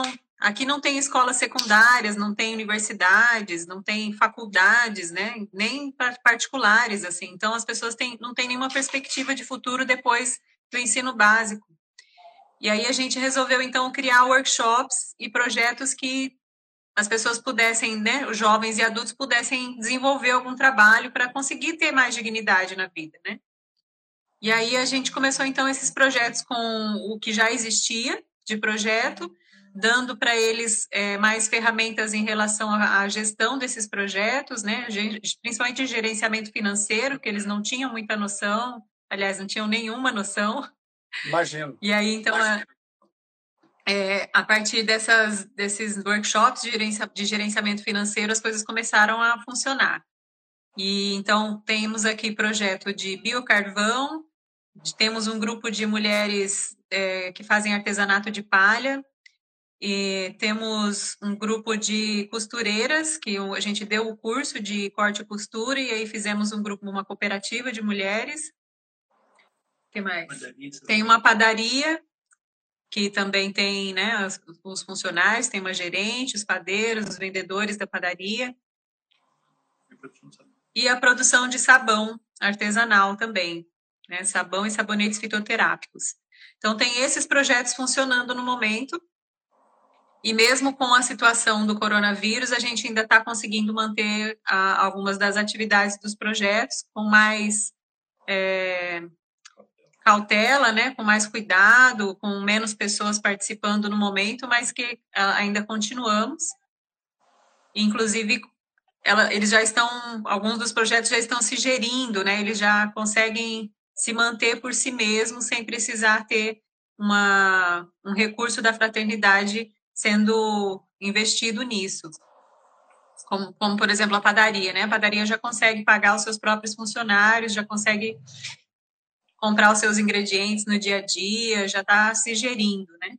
aqui não tem escolas secundárias, não tem universidades, não tem faculdades, né? Nem particulares, assim. Então, as pessoas têm, não têm nenhuma perspectiva de futuro depois do ensino básico. E aí a gente resolveu, então, criar workshops e projetos que as pessoas pudessem, né, os jovens e adultos pudessem desenvolver algum trabalho para conseguir ter mais dignidade na vida, né? E aí a gente começou, então, esses projetos com o que já existia de projeto, dando para eles é, mais ferramentas em relação à gestão desses projetos, né, principalmente gerenciamento financeiro, que eles não tinham muita noção, aliás, não tinham nenhuma noção. Imagino. E aí, então, a, é, a partir dessas, desses workshops de, gerencia, de gerenciamento financeiro, as coisas começaram a funcionar. E então, temos aqui projeto de biocarvão, temos um grupo de mulheres é, que fazem artesanato de palha, e temos um grupo de costureiras, que a gente deu o curso de corte e costura, e aí fizemos um grupo, uma cooperativa de mulheres. O que mais? Tem uma padaria, que também tem, né, os, os funcionários, tem uma gerente, os padeiros, os vendedores da padaria. E a produção de sabão artesanal também, né, sabão e sabonetes fitoterápicos. Então, tem esses projetos funcionando no momento, e mesmo com a situação do coronavírus, a gente ainda está conseguindo manter a, algumas das atividades dos projetos com mais é, cautela, né, com mais cuidado, com menos pessoas participando no momento, mas que a, ainda continuamos. Inclusive, ela, eles já estão, alguns dos projetos já estão se gerindo, né, eles já conseguem se manter por si mesmos sem precisar ter uma, um recurso da fraternidade sendo investido nisso. Como, como, por exemplo, a padaria, né? A padaria já consegue pagar os seus próprios funcionários, já consegue comprar os seus ingredientes no dia a dia, já está se gerindo, né?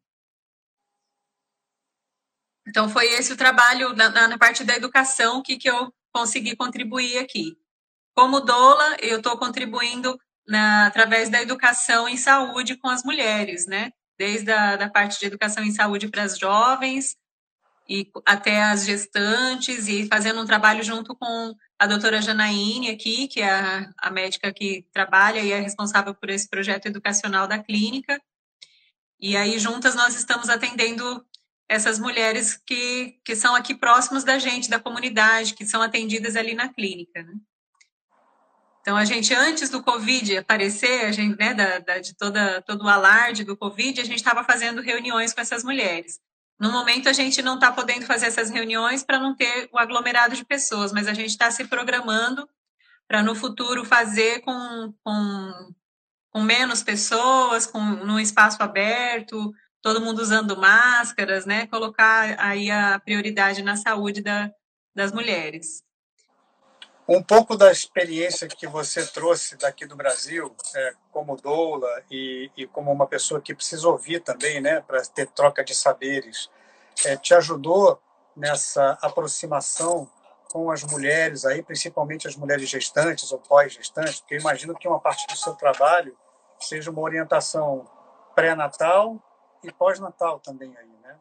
Então, foi esse o trabalho na, na parte da educação que, que eu consegui contribuir aqui. Como doula, eu estou contribuindo na, através da educação em saúde com as mulheres, né? Desde a da parte de educação em saúde para as jovens e até as gestantes, e fazendo um trabalho junto com a doutora Janaíne aqui, que é a, a médica que trabalha e é responsável por esse projeto educacional da clínica. E aí, juntas, nós estamos atendendo essas mulheres que, que são aqui próximos da gente, da comunidade, que são atendidas ali na clínica, né? Então, a gente, antes do Covid aparecer, a gente, né, da, da, de toda, todo o alarde do Covid, a gente estava fazendo reuniões com essas mulheres. No momento, a gente não está podendo fazer essas reuniões para não ter o aglomerado de pessoas, mas a gente está se programando para, no futuro, fazer com, com, com menos pessoas, com, num espaço aberto, todo mundo usando máscaras, né, colocar aí a prioridade na saúde da, das mulheres. Um pouco da experiência que você trouxe daqui do Brasil, é, como doula e, e como uma pessoa que precisa ouvir também, né, para ter troca de saberes, é, te ajudou nessa aproximação com as mulheres, aí, principalmente as mulheres gestantes ou pós-gestantes, porque eu imagino que uma parte do seu trabalho seja uma orientação pré-natal e pós-natal também aí, né?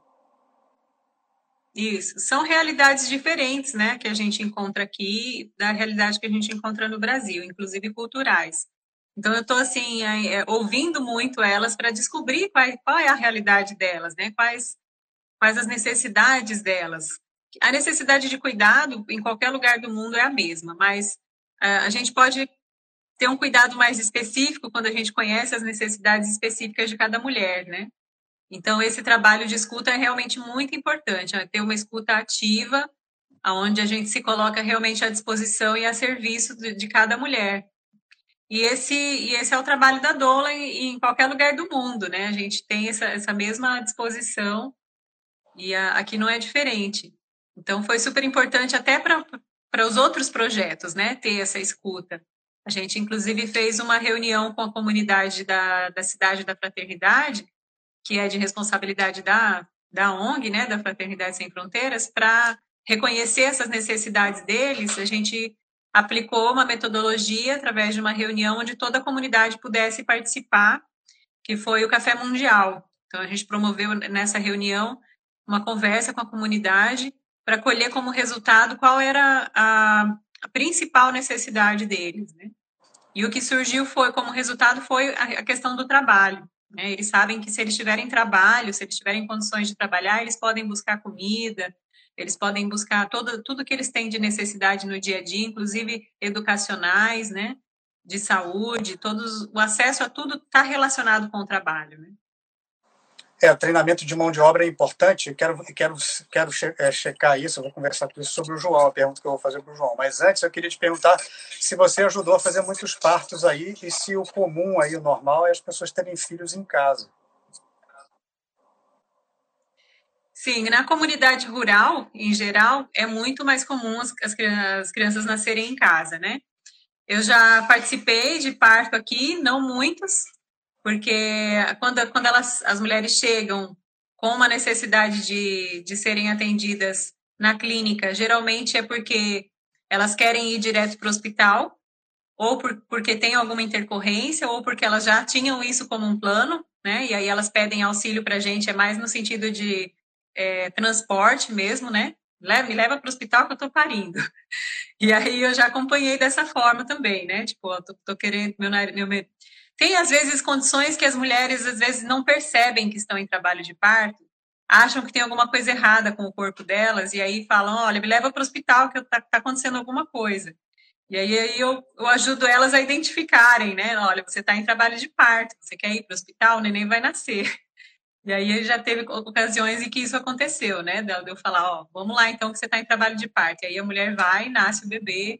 Isso, são realidades diferentes, né, que a gente encontra aqui da realidade que a gente encontra no Brasil, inclusive culturais. Então, eu estou, assim, é, ouvindo muito elas para descobrir qual, qual é a realidade delas, né, quais, quais as necessidades delas. A necessidade de cuidado em qualquer lugar do mundo é a mesma, mas a, a gente pode ter um cuidado mais específico quando a gente conhece as necessidades específicas de cada mulher, né? Então, esse trabalho de escuta é realmente muito importante, é ter uma escuta ativa, onde a gente se coloca realmente à disposição e a serviço de, de cada mulher. E esse, e esse é o trabalho da doula em, em qualquer lugar do mundo, né? A gente tem essa, essa mesma disposição e a, aqui não é diferente. Então, foi super importante até para os outros projetos, né? Ter essa escuta. A gente, inclusive, fez uma reunião com a comunidade da, da Cidade da Fraternidade, que é de responsabilidade da, da O N G, né, da Fraternidade Sem Fronteiras, para reconhecer essas necessidades deles. A gente aplicou uma metodologia através de uma reunião onde toda a comunidade pudesse participar, que foi o Café Mundial. Então, a gente promoveu nessa reunião uma conversa com a comunidade para colher como resultado qual era a, a principal necessidade deles, né? E o que surgiu foi, como resultado, foi a, a questão do trabalho, né? Eles sabem que se eles tiverem trabalho, se eles tiverem condições de trabalhar, eles podem buscar comida, eles podem buscar todo, tudo que eles têm de necessidade no dia a dia, inclusive educacionais, né? De saúde, todos, o acesso a tudo está relacionado com o trabalho, né? É, o treinamento de mão de obra é importante. Eu quero, quero, quero che é, checar isso, eu vou conversar com isso sobre o João, a pergunta que eu vou fazer para o João. Mas antes eu queria te perguntar se você ajudou a fazer muitos partos aí e se o comum, aí, o normal, é as pessoas terem filhos em casa. Sim, na comunidade rural, em geral, é muito mais comum as, as crianças nascerem em casa, né? Eu já participei de parto aqui, não muitos, porque quando, quando elas, as mulheres chegam com uma necessidade de, de serem atendidas na clínica, geralmente é porque elas querem ir direto para o hospital, ou por, porque tem alguma intercorrência, ou porque elas já tinham isso como um plano, né? E aí elas pedem auxílio para a gente, é mais no sentido de é, transporte mesmo, né? Leva, me leva para o hospital que eu estou parindo. E aí eu já acompanhei dessa forma também, né? Tipo, eu tô, tô querendo... Meu, meu, tem, às vezes, condições que as mulheres, às vezes, não percebem que estão em trabalho de parto, acham que tem alguma coisa errada com o corpo delas, e aí falam, olha, me leva para o hospital que está tá acontecendo alguma coisa. E aí, aí eu, eu ajudo elas a identificarem, né? Olha, você está em trabalho de parto, você quer ir para o hospital, o neném vai nascer. E aí já teve ocasiões em que isso aconteceu, né? De eu falar, ó, vamos lá então que você está em trabalho de parto. E aí a mulher vai, nasce o bebê.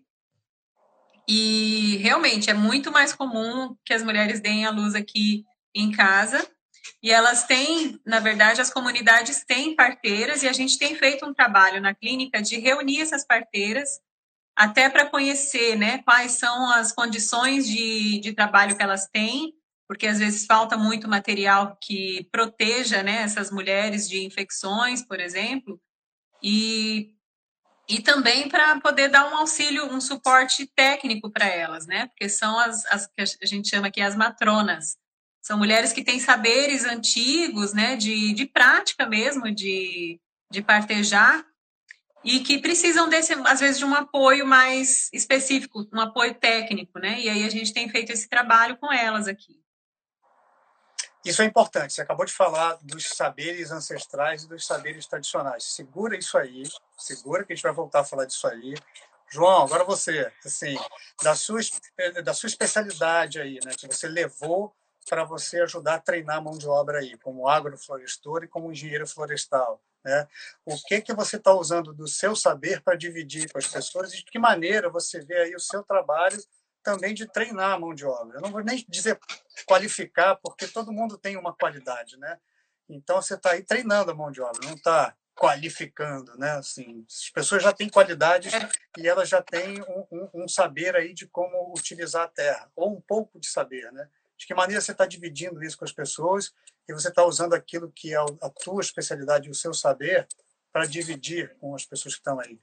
E realmente é muito mais comum que as mulheres deem à luz aqui em casa. E elas têm, na verdade, as comunidades têm parteiras e a gente tem feito um trabalho na clínica de reunir essas parteiras até para conhecer, né, quais são as condições de, de trabalho que elas têm, porque às vezes falta muito material que proteja, né, essas mulheres de infecções, por exemplo, e, e também para poder dar um auxílio, um suporte técnico para elas, né, porque são as, as que a gente chama aqui as matronas, são mulheres que têm saberes antigos, né, de, de prática mesmo, de, de partejar, e que precisam, desse, às vezes, de um apoio mais específico, um apoio técnico, né? E aí a gente tem feito esse trabalho com elas aqui. Isso é importante. Você acabou de falar dos saberes ancestrais e dos saberes tradicionais. Segura isso aí, segura que a gente vai voltar a falar disso aí. João, agora você, assim, da sua, da sua especialidade aí, né, que você levou para você ajudar a treinar a mão de obra aí, como agroflorestor e como engenheiro florestal. Né? O que que você está usando do seu saber para dividir com as pessoas e de que maneira você vê aí o seu trabalho também de treinar a mão de obra? Eu não vou nem dizer qualificar, porque todo mundo tem uma qualidade, né? Então você está aí treinando a mão de obra, não está qualificando, né? Assim, as pessoas já têm qualidades e elas já têm um, um, um saber aí de como utilizar a terra, ou um pouco de saber, né? De que maneira você está dividindo isso com as pessoas e você está usando aquilo que é a tua especialidade e o seu saber para dividir com as pessoas que estão aí?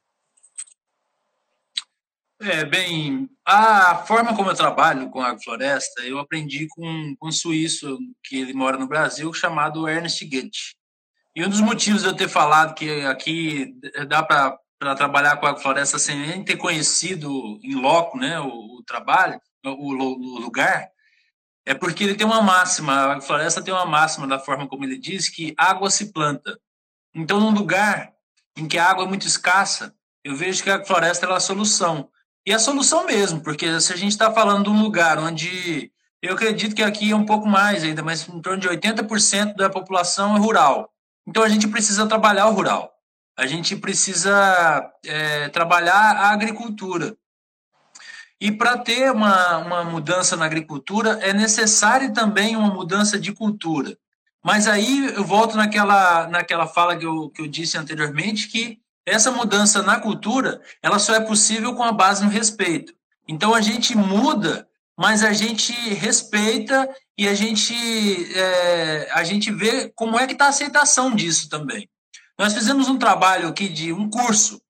É, bem, a forma como eu trabalho com agrofloresta, eu aprendi com, com um suíço que ele mora no Brasil, chamado Ernest Goethe. E um dos motivos de eu ter falado que aqui dá para trabalhar com agrofloresta sem nem ter conhecido em loco, né, o, o trabalho, o, o lugar, é porque ele tem uma máxima, a floresta tem uma máxima da forma como ele diz, que água se planta. Então, num lugar em que a água é muito escassa, eu vejo que a floresta é a solução. E é a solução mesmo, porque se a gente está falando de um lugar onde, eu acredito que aqui é um pouco mais ainda, mas em torno de oitenta por cento da população é rural. Então, a gente precisa trabalhar o rural. A gente precisa é, trabalhar a agricultura. E para ter uma, uma mudança na agricultura, é necessário também uma mudança de cultura. Mas aí eu volto naquela, naquela fala que eu, que eu disse anteriormente, que essa mudança na cultura, ela só é possível com a base no respeito. Então a gente muda, mas a gente respeita e a gente, é, a gente vê como é que está a aceitação disso também. Nós fizemos um trabalho aqui de um curso.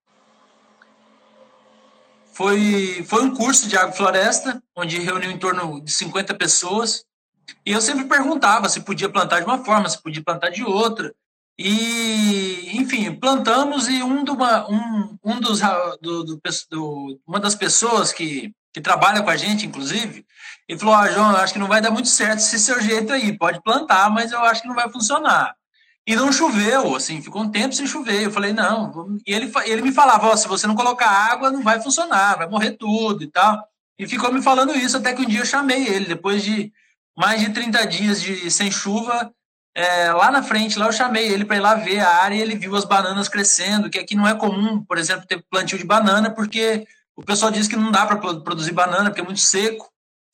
Foi, foi um curso de agrofloresta, onde reuniu em torno de cinquenta pessoas, e eu sempre perguntava se podia plantar de uma forma, se podia plantar de outra, E, enfim, plantamos e um, do, um, um dos, do, do, do, uma das pessoas que, que trabalha com a gente, inclusive, ele falou, ah, João, eu acho que não vai dar muito certo esse seu jeito aí, pode plantar, mas eu acho que não vai funcionar. E não choveu, assim, ficou um tempo sem chover. Eu falei, não, vamos... e ele, ele me falava, oh, se você não colocar água, não vai funcionar, vai morrer tudo e tal. E ficou me falando isso até que um dia eu chamei ele, depois de mais de trinta dias de, sem chuva, é, lá na frente, lá eu chamei ele para ir lá ver a área e ele viu as bananas crescendo, que aqui não é comum, por exemplo, ter plantio de banana, porque o pessoal diz que não dá para produzir banana, porque é muito seco.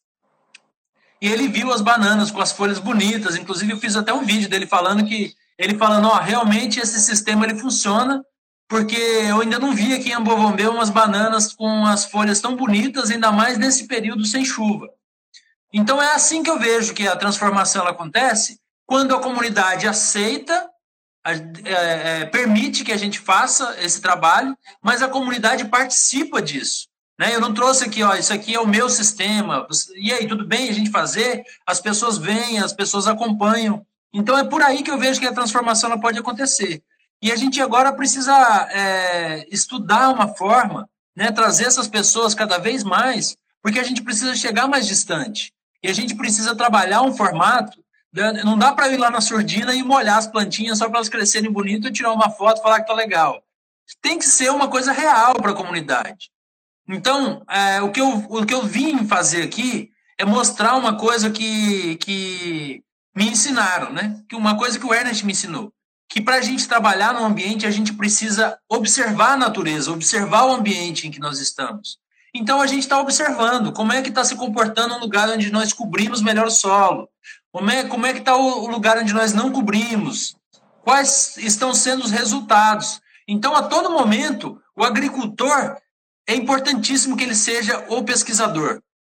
E ele viu as bananas com as folhas bonitas, inclusive eu fiz até um vídeo dele falando que, ele falando, ó, realmente esse sistema ele funciona, porque eu ainda não vi aqui em Ambovombê umas bananas com as folhas tão bonitas, ainda mais nesse período sem chuva. Então é assim que eu vejo que a transformação ela acontece, quando a comunidade aceita, é, é, permite que a gente faça esse trabalho, mas a comunidade participa disso. Né? Eu não trouxe aqui, ó, isso aqui é o meu sistema, e aí, tudo bem a gente fazer? As pessoas vêm, as pessoas acompanham. Então é por aí que eu vejo que a transformação ela pode acontecer. E a gente agora precisa é, estudar uma forma, né, trazer essas pessoas cada vez mais, porque a gente precisa chegar mais distante. E a gente precisa trabalhar um formato. Não dá para ir lá na surdina e molhar as plantinhas só para elas crescerem bonito e tirar uma foto e falar que tá legal. Tem que ser uma coisa real para a comunidade. Então, é, o, que eu, o que eu vim fazer aqui é mostrar uma coisa que, que me ensinaram, né? Que uma coisa que o Ernest me ensinou. Que para a gente trabalhar no ambiente, a gente precisa observar a natureza, observar o ambiente em que nós estamos. Então, a gente está observando como é que está se comportando um lugar onde nós cobrimos melhor o solo. Como é, como é que está o lugar onde nós não cobrimos? Quais estão sendo os resultados? Então, a todo momento, o agricultor é importantíssimo que ele seja o pesquisador.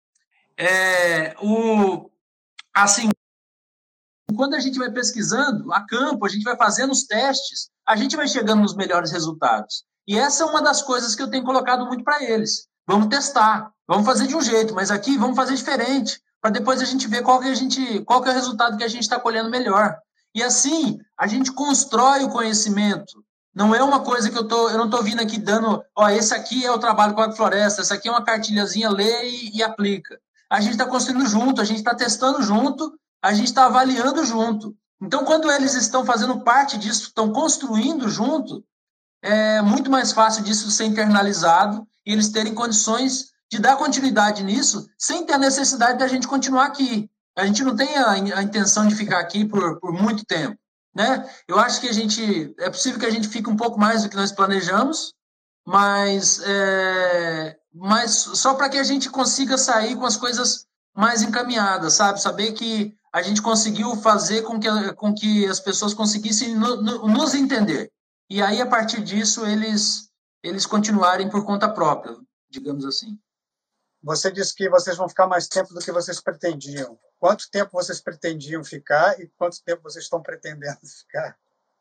É, o, assim, quando a gente vai pesquisando a campo, a gente vai fazendo os testes, a gente vai chegando nos melhores resultados. E essa é uma das coisas que eu tenho colocado muito para eles. Vamos testar, vamos fazer de um jeito, mas aqui vamos fazer diferente, para depois a gente ver qual que, a gente, qual que é o resultado que a gente está colhendo melhor. E assim, a gente constrói o conhecimento. Não é uma coisa que eu, tô, eu não estou vindo aqui dando, ó, esse aqui é o trabalho com a agrofloresta, essa aqui é uma cartilhazinha, lê e, e aplica. A gente está construindo junto, a gente está testando junto, a gente está avaliando junto. Então, quando eles estão fazendo parte disso, estão construindo junto, é muito mais fácil disso ser internalizado e eles terem condições de dar continuidade nisso sem ter a necessidade da gente continuar aqui. A gente não tem a, a intenção de ficar aqui por, por muito tempo. Né? Eu acho que a gente, é possível que a gente fique um pouco mais do que nós planejamos, mas, é, mas só para que a gente consiga sair com as coisas mais encaminhadas, sabe? Saber que a gente conseguiu fazer com que, com que as pessoas conseguissem no, no, nos entender. E aí, a partir disso, eles, eles continuarem por conta própria, digamos assim. Você disse que vocês vão ficar mais tempo do que vocês pretendiam. Quanto tempo vocês pretendiam ficar e quanto tempo vocês estão pretendendo ficar?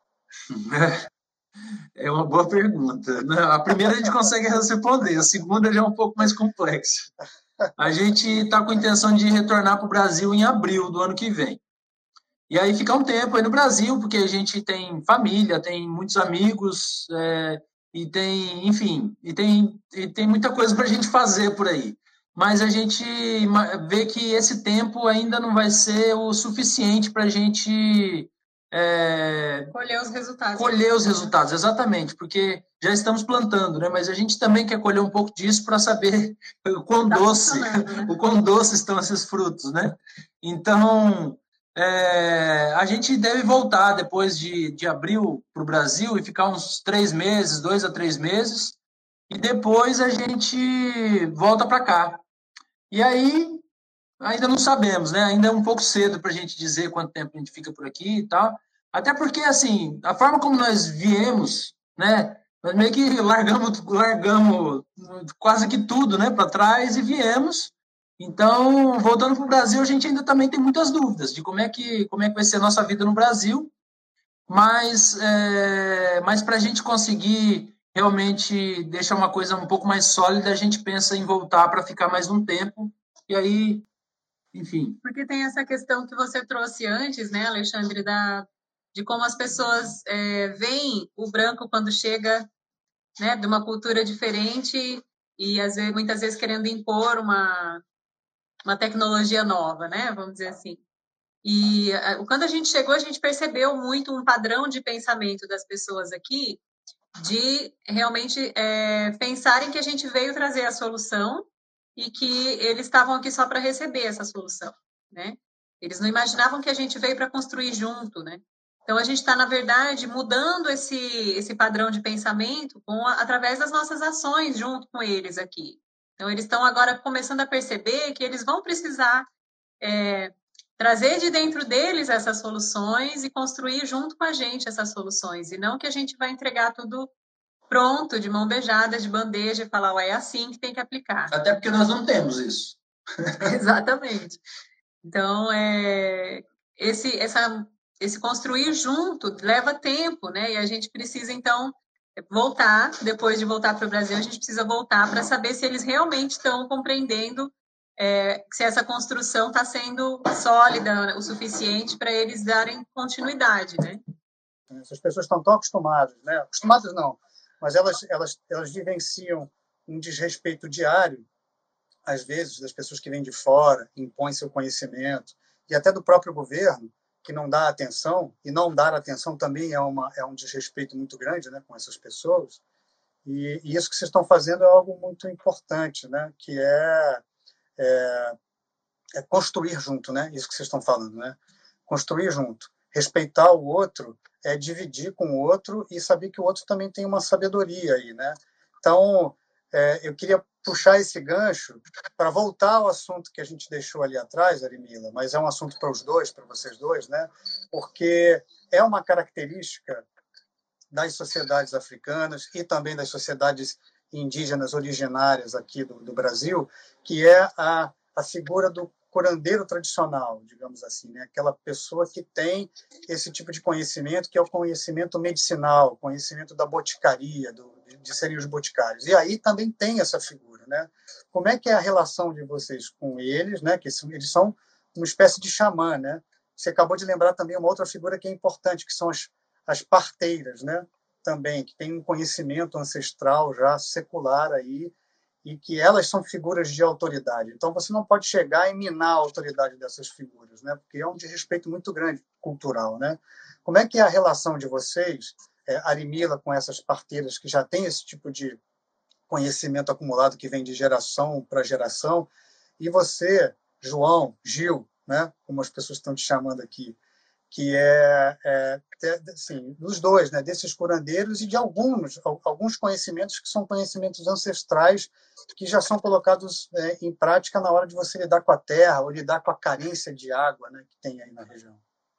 É uma boa pergunta. A primeira a gente consegue responder, a segunda já é um pouco mais complexa. A gente está com a intenção de retornar para o Brasil em abril do ano que vem. E aí ficar um tempo aí no Brasil, porque a gente tem família, tem muitos amigos, é, e tem, enfim, e tem, e tem muita coisa para a gente fazer por aí. Mas a gente vê que esse tempo ainda não vai ser o suficiente para a gente é, colher os resultados. Colher os resultados, exatamente, porque já estamos plantando, né? Mas a gente também quer colher um pouco disso para saber o quão tá doce, né? o quão doce estão esses frutos, né? Então, é, a gente deve voltar depois de, de abril para o Brasil e ficar uns três meses, dois a três meses, e depois a gente volta para cá. E aí, ainda não sabemos, né? Ainda é um pouco cedo para a gente dizer quanto tempo a gente fica por aqui e tal. Até porque, assim, a forma como nós viemos, né? Nós meio que largamos, largamos quase que tudo, né? Para trás e viemos. Então, voltando para o Brasil, a gente ainda também tem muitas dúvidas de como é que, como é que vai ser a nossa vida no Brasil. Mas, é, mas para a gente conseguir realmente deixar uma coisa um pouco mais sólida, a gente pensa em voltar para ficar mais um tempo, e aí, enfim. Porque tem essa questão que você trouxe antes, né, Alexandre, da, de como as pessoas é, veem o branco quando chega, né, de uma cultura diferente e às vezes, muitas vezes querendo impor uma, uma tecnologia nova, né, vamos dizer assim. E quando a gente chegou, a gente percebeu muito um padrão de pensamento das pessoas aqui, de realmente é, pensarem que a gente veio trazer a solução e que eles estavam aqui só para receber essa solução, né? Eles não imaginavam que a gente veio para construir junto, né? Então, a gente está, na verdade, mudando esse, esse padrão de pensamento com a, através das nossas ações junto com eles aqui. Então, eles estão agora começando a perceber que eles vão precisar é, trazer de dentro deles essas soluções e construir junto com a gente essas soluções, e não que a gente vai entregar tudo pronto, de mão beijada, de bandeja, e falar, é assim que tem que aplicar. Até porque nós não temos isso. Exatamente. Então, é, esse, essa, esse construir junto leva tempo, né? E a gente precisa, então, voltar, depois de voltar para o Brasil, a gente precisa voltar para saber se eles realmente estão compreendendo é, se essa construção está sendo sólida o suficiente para eles darem continuidade, né? Essas pessoas estão tão acostumadas, né? Acostumadas não, mas elas, elas, elas vivenciam um desrespeito diário, às vezes, das pessoas que vêm de fora, impõem seu conhecimento, e até do próprio governo, que não dá atenção, e não dar atenção também é, uma, é um desrespeito muito grande, né, com essas pessoas. E, e isso que vocês estão fazendo é algo muito importante, né, que é, é, é construir junto, né, isso que vocês estão falando, né, construir junto. Respeitar o outro é dividir com o outro e saber que o outro também tem uma sabedoria aí, né? Então, é, eu queria puxar esse gancho para voltar ao assunto que a gente deixou ali atrás, Arimila, mas é um assunto para os dois, para vocês dois, né? Porque é uma característica das sociedades africanas e também das sociedades indígenas originárias aqui do, do Brasil, que é a, a figura do curandeiro tradicional, digamos assim, né? Aquela pessoa que tem esse tipo de conhecimento, que é o conhecimento medicinal, conhecimento da boticaria, do, de serem os boticários. E aí também tem essa figura, né? Como é que é a relação de vocês com eles, né? Que são, eles são uma espécie de xamã, né? Você acabou de lembrar também uma outra figura que é importante, que são as, as parteiras, né? Também, que tem um conhecimento ancestral já secular aí, e que elas são figuras de autoridade. Então, você não pode chegar e minar a autoridade dessas figuras, né? Porque é um desrespeito muito grande cultural, né? Como é que é a relação de vocês, é, Arimila, com essas parteiras que já têm esse tipo de conhecimento acumulado que vem de geração para geração, e você, João, Gil, né? Como as pessoas estão te chamando aqui, que é, é assim, dos dois, né, desses curandeiros e de alguns, alguns conhecimentos que são conhecimentos ancestrais que já são colocados é, em prática na hora de você lidar com a terra ou lidar com a carência de água, né, que tem aí na região.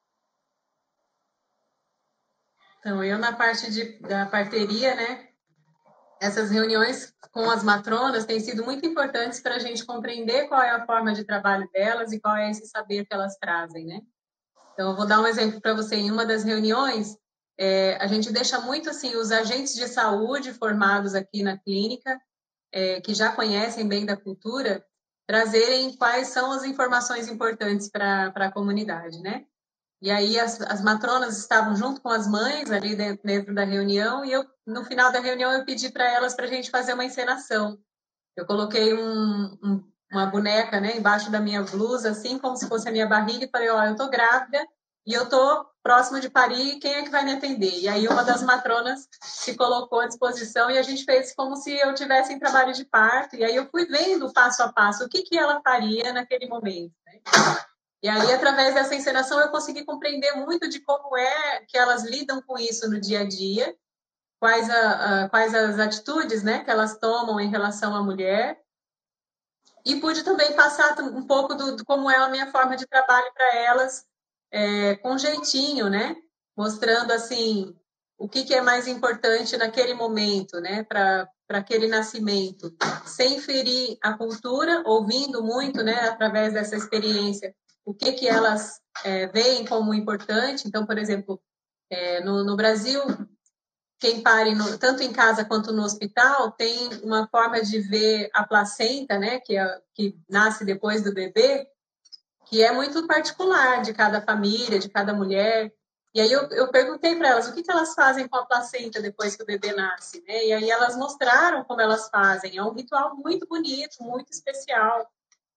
Então, eu na parte de, da parteria, né, essas reuniões com as matronas têm sido muito importantes para a gente compreender qual é a forma de trabalho delas e qual é esse saber que elas trazem, né? Então, eu vou dar um exemplo para você. Em uma das reuniões, é, a gente deixa muito assim os agentes de saúde formados aqui na clínica, é, que já conhecem bem da cultura, trazerem quais são as informações importantes para a comunidade, né? E aí as, as matronas estavam junto com as mães ali dentro, dentro da reunião, e eu, no final da reunião, eu pedi para elas para a gente fazer uma encenação. Eu coloquei um, um uma boneca, né, embaixo da minha blusa, assim, como se fosse a minha barriga, e falei, ó, eu tô grávida e eu tô próxima de parir, quem é que vai me atender? E aí uma das matronas se colocou à disposição e a gente fez como se eu tivesse em trabalho de parto, e aí eu fui vendo passo a passo o que, que ela faria naquele momento, né? E aí, através dessa encenação, eu consegui compreender muito de como é que elas lidam com isso no dia a dia, quais, a, a, quais as atitudes, né, que elas tomam em relação à mulher. E pude também passar um pouco do, do como é a minha forma de trabalho para elas, é, com jeitinho, né? Mostrando, assim, o que, que é mais importante naquele momento, né? Para aquele nascimento. Sem ferir a cultura, ouvindo muito, né? Através dessa experiência, o que, que elas é, veem como importante. Então, por exemplo, é, no, no Brasil, quem pare no, tanto em casa quanto no hospital tem uma forma de ver a placenta, né, que, é, que nasce depois do bebê, que é muito particular de cada família, de cada mulher. E aí eu, eu perguntei para elas o que, que elas fazem com a placenta depois que o bebê nasce, né? E aí elas mostraram como elas fazem. É um ritual muito bonito, muito especial.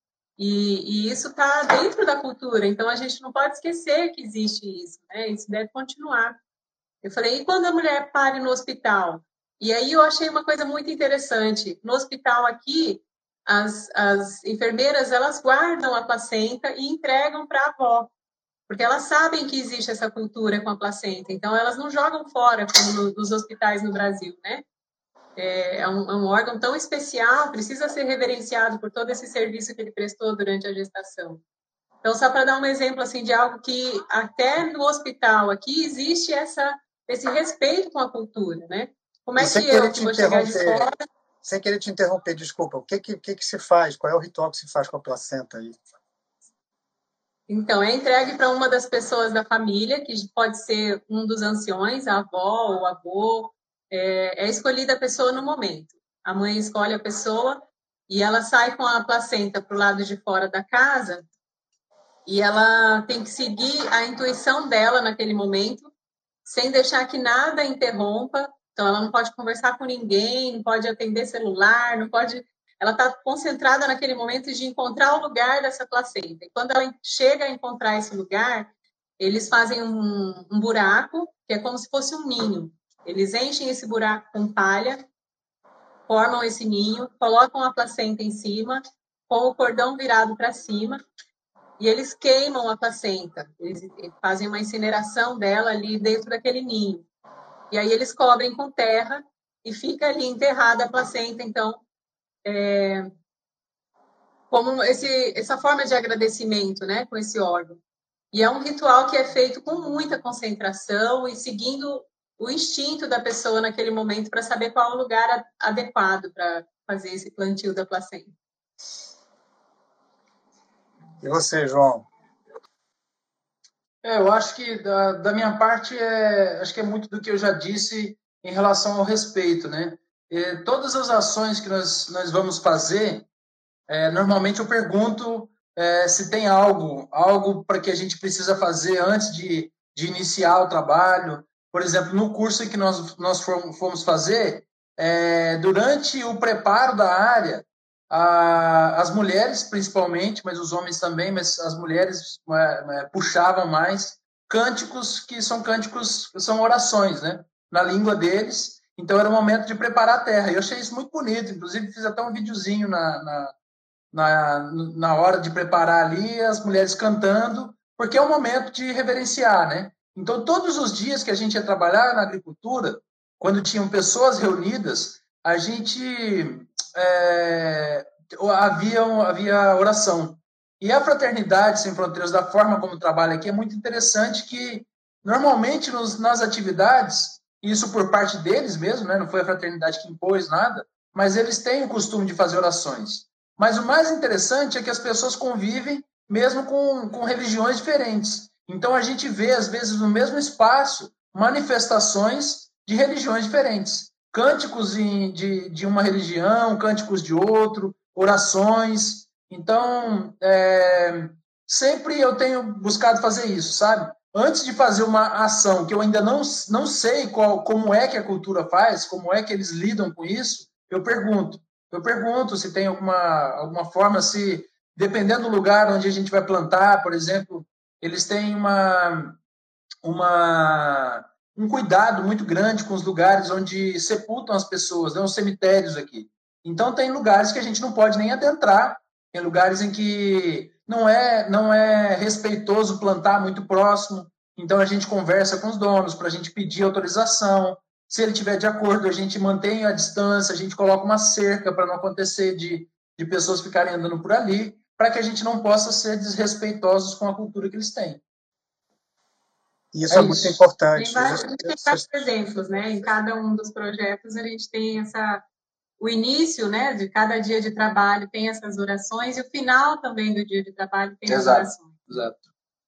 E, e isso está dentro da cultura, então a gente não pode esquecer que existe isso, né? Isso deve continuar. Eu falei, e quando a mulher pare no hospital? E aí eu achei uma coisa muito interessante. No hospital aqui, as, as enfermeiras, elas guardam a placenta e entregam para a avó, porque elas sabem que existe essa cultura com a placenta, então elas não jogam fora, como no, nos hospitais no Brasil, né? É, é, um, é um órgão tão especial, precisa ser reverenciado por todo esse serviço que ele prestou durante a gestação. Então, só para dar um exemplo assim de algo que até no hospital aqui existe essa, esse respeito com a cultura, né? Como E é sem que eu, querer que te vou chegar de interromper, fora... sem querer te interromper, desculpa, o que que, que que se faz? Qual é o ritual que se faz com a placenta aí? Então, é entregue para uma das pessoas da família, que pode ser um dos anciões, a avó ou o avô. É, é escolhida a pessoa no momento. A mãe escolhe a pessoa e ela sai com a placenta para o lado de fora da casa e ela tem que seguir a intuição dela naquele momento, sem deixar que nada interrompa. Então, ela não pode conversar com ninguém, não pode atender celular, não pode... Ela está concentrada naquele momento de encontrar o lugar dessa placenta. E quando ela chega a encontrar esse lugar, eles fazem um, um buraco, que é como se fosse um ninho. Eles enchem esse buraco com palha, formam esse ninho, colocam a placenta em cima, com o cordão virado para cima, e eles queimam a placenta. Eles fazem uma incineração dela ali dentro daquele ninho. E aí eles cobrem com terra e fica ali enterrada a placenta. Então, é, como esse, essa forma de agradecimento, né, com esse órgão. E é um ritual que é feito com muita concentração e seguindo o instinto da pessoa naquele momento para saber qual é o lugar adequado para fazer esse plantio da placenta. E você, João? É, eu acho que da, da minha parte é, acho que é muito do que eu já disse em relação ao respeito, né? E todas as ações que nós, nós vamos fazer, é, normalmente eu pergunto é, se tem algo, algo para que a gente precisa fazer antes de, de iniciar o trabalho. Por exemplo, no curso que nós, nós fomos fazer, é, durante o preparo da área, a, as mulheres principalmente, mas os homens também, mas as mulheres é, é, puxavam mais cânticos que são cânticos, são orações, né? Na língua deles. Então era o momento de preparar a terra. E eu achei isso muito bonito. Inclusive fiz até um videozinho na, na, na, na hora de preparar ali, as mulheres cantando, porque é o momento de reverenciar, né? Então todos os dias que a gente ia trabalhar na agricultura, quando tinham pessoas reunidas, a gente é, havia, havia oração. E a Fraternidade Sem Fronteiras, da forma como trabalha aqui, é muito interessante que, normalmente, nos, nas atividades, isso por parte deles mesmo, né? Não foi a Fraternidade que impôs nada, mas eles têm o costume de fazer orações. Mas o mais interessante é que as pessoas convivem mesmo com, com religiões diferentes. Então, a gente vê, às vezes, no mesmo espaço, manifestações de religiões diferentes. Cânticos de, de uma religião, cânticos de outro, orações. Então, é, sempre eu tenho buscado fazer isso, sabe? Antes de fazer uma ação que eu ainda não, não sei qual, como é que a cultura faz, como é que eles lidam com isso, eu pergunto. Eu pergunto se tem alguma, alguma forma, se, dependendo do lugar onde a gente vai plantar, por exemplo, eles têm uma, uma, um cuidado muito grande com os lugares onde sepultam as pessoas, né, os cemitérios aqui. Então, tem lugares que a gente não pode nem adentrar, tem lugares em que não é, não é respeitoso plantar muito próximo, então a gente conversa com os donos para a gente pedir autorização. Se ele estiver de acordo, a gente mantém a distância, a gente coloca uma cerca para não acontecer de, de pessoas ficarem andando por ali, para que a gente não possa ser desrespeitosos com a cultura que eles têm. Isso é, é muito isso. importante. Tem vários, a gente tem vários exemplos, né? Em cada um dos projetos a gente tem essa, o início, né, de cada dia de trabalho tem essas orações e o final também do dia de trabalho tem exato, as orações. Exato.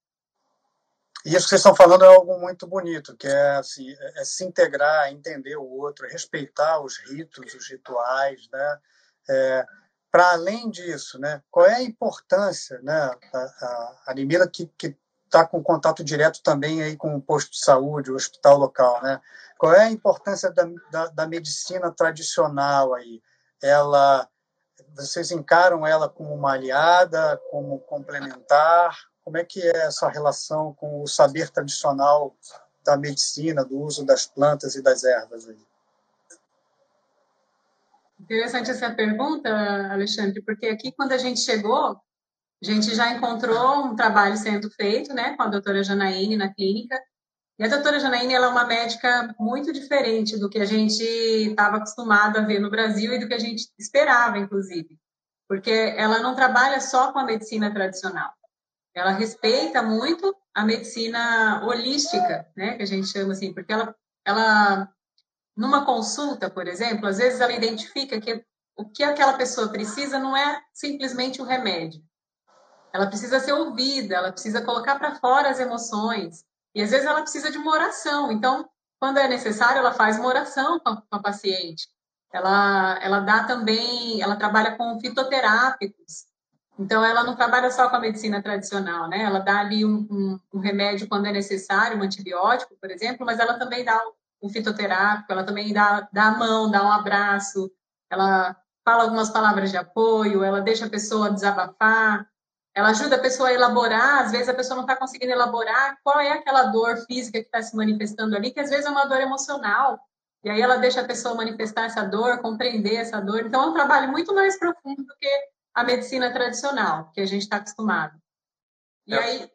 E isso que vocês estão falando é algo muito bonito, que é, assim, é se integrar, entender o outro, respeitar os ritos, os rituais, né? É, para além disso, né, qual é a importância, né, a, a, a Nimila que, que está com contato direto também aí com o posto de saúde, o hospital local, né? Qual é a importância da, da, da medicina tradicional aí? Ela, vocês encaram ela como uma aliada, como complementar? Como é que é essa relação com o saber tradicional da medicina, do uso das plantas e das ervas aí? Interessante essa pergunta, Alexandre, porque aqui, quando a gente chegou, a gente já encontrou um trabalho sendo feito, né, com a doutora Janaíne na clínica. E a doutora Janaíne, ela é uma médica muito diferente do que a gente estava acostumado a ver no Brasil e do que a gente esperava, inclusive. Porque ela não trabalha só com a medicina tradicional. Ela respeita muito a medicina holística, né, que a gente chama assim, porque ela, ela numa consulta, por exemplo, às vezes ela identifica que o que aquela pessoa precisa não é simplesmente um remédio. Ela precisa ser ouvida, ela precisa colocar para fora as emoções. E às vezes ela precisa de uma oração. Então, quando é necessário, ela faz uma oração com a, com a paciente. Ela, ela dá também, ela trabalha com fitoterápicos. Então, ela não trabalha só com a medicina tradicional, né? Ela dá ali um, um, um remédio quando é necessário, um antibiótico, por exemplo, mas ela também dá um fitoterápico, ela também dá, dá a mão, dá um abraço, ela fala algumas palavras de apoio, ela deixa a pessoa desabafar, ela ajuda a pessoa a elaborar, às vezes a pessoa não está conseguindo elaborar qual é aquela dor física que está se manifestando ali, que às vezes é uma dor emocional, e aí ela deixa a pessoa manifestar essa dor, compreender essa dor. Então, é um trabalho muito mais profundo do que a medicina tradicional, que a gente está acostumado. E é, aí...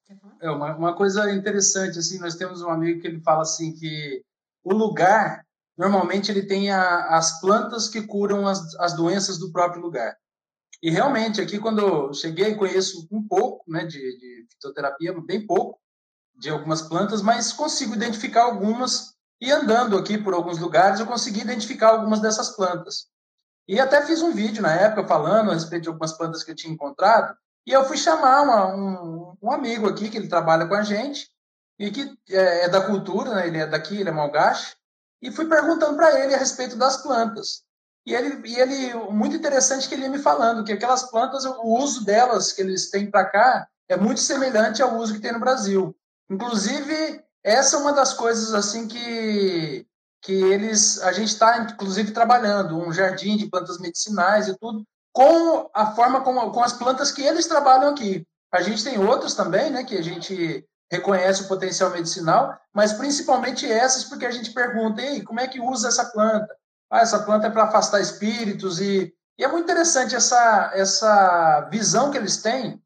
É uma, uma coisa interessante, assim, nós temos um amigo que ele fala assim que o lugar, normalmente ele tem a, as plantas que curam as, as doenças do próprio lugar. E realmente, aqui quando eu cheguei, conheço um pouco, né, de, de fitoterapia, bem pouco, de algumas plantas, mas consigo identificar algumas, e andando aqui por alguns lugares, eu consegui identificar algumas dessas plantas. E até fiz um vídeo na época falando a respeito de algumas plantas que eu tinha encontrado, e eu fui chamar uma, um, um amigo aqui, que ele trabalha com a gente, e que é, é da cultura, né, ele é daqui, ele é malgache, e fui perguntando para ele a respeito das plantas. E ele, e ele, muito interessante que ele ia me falando que aquelas plantas, o uso delas que eles têm para cá é muito semelhante ao uso que tem no Brasil. Inclusive, essa é uma das coisas assim que, que eles, a gente está, inclusive, trabalhando, um jardim de plantas medicinais e tudo, com a forma, como, com as plantas que eles trabalham aqui. A gente tem outros também, né, que a gente reconhece o potencial medicinal, mas principalmente essas, porque a gente pergunta, ei, como é que usa essa planta? Ah, essa planta é para afastar espíritos, e, e é muito interessante essa, essa visão que eles têm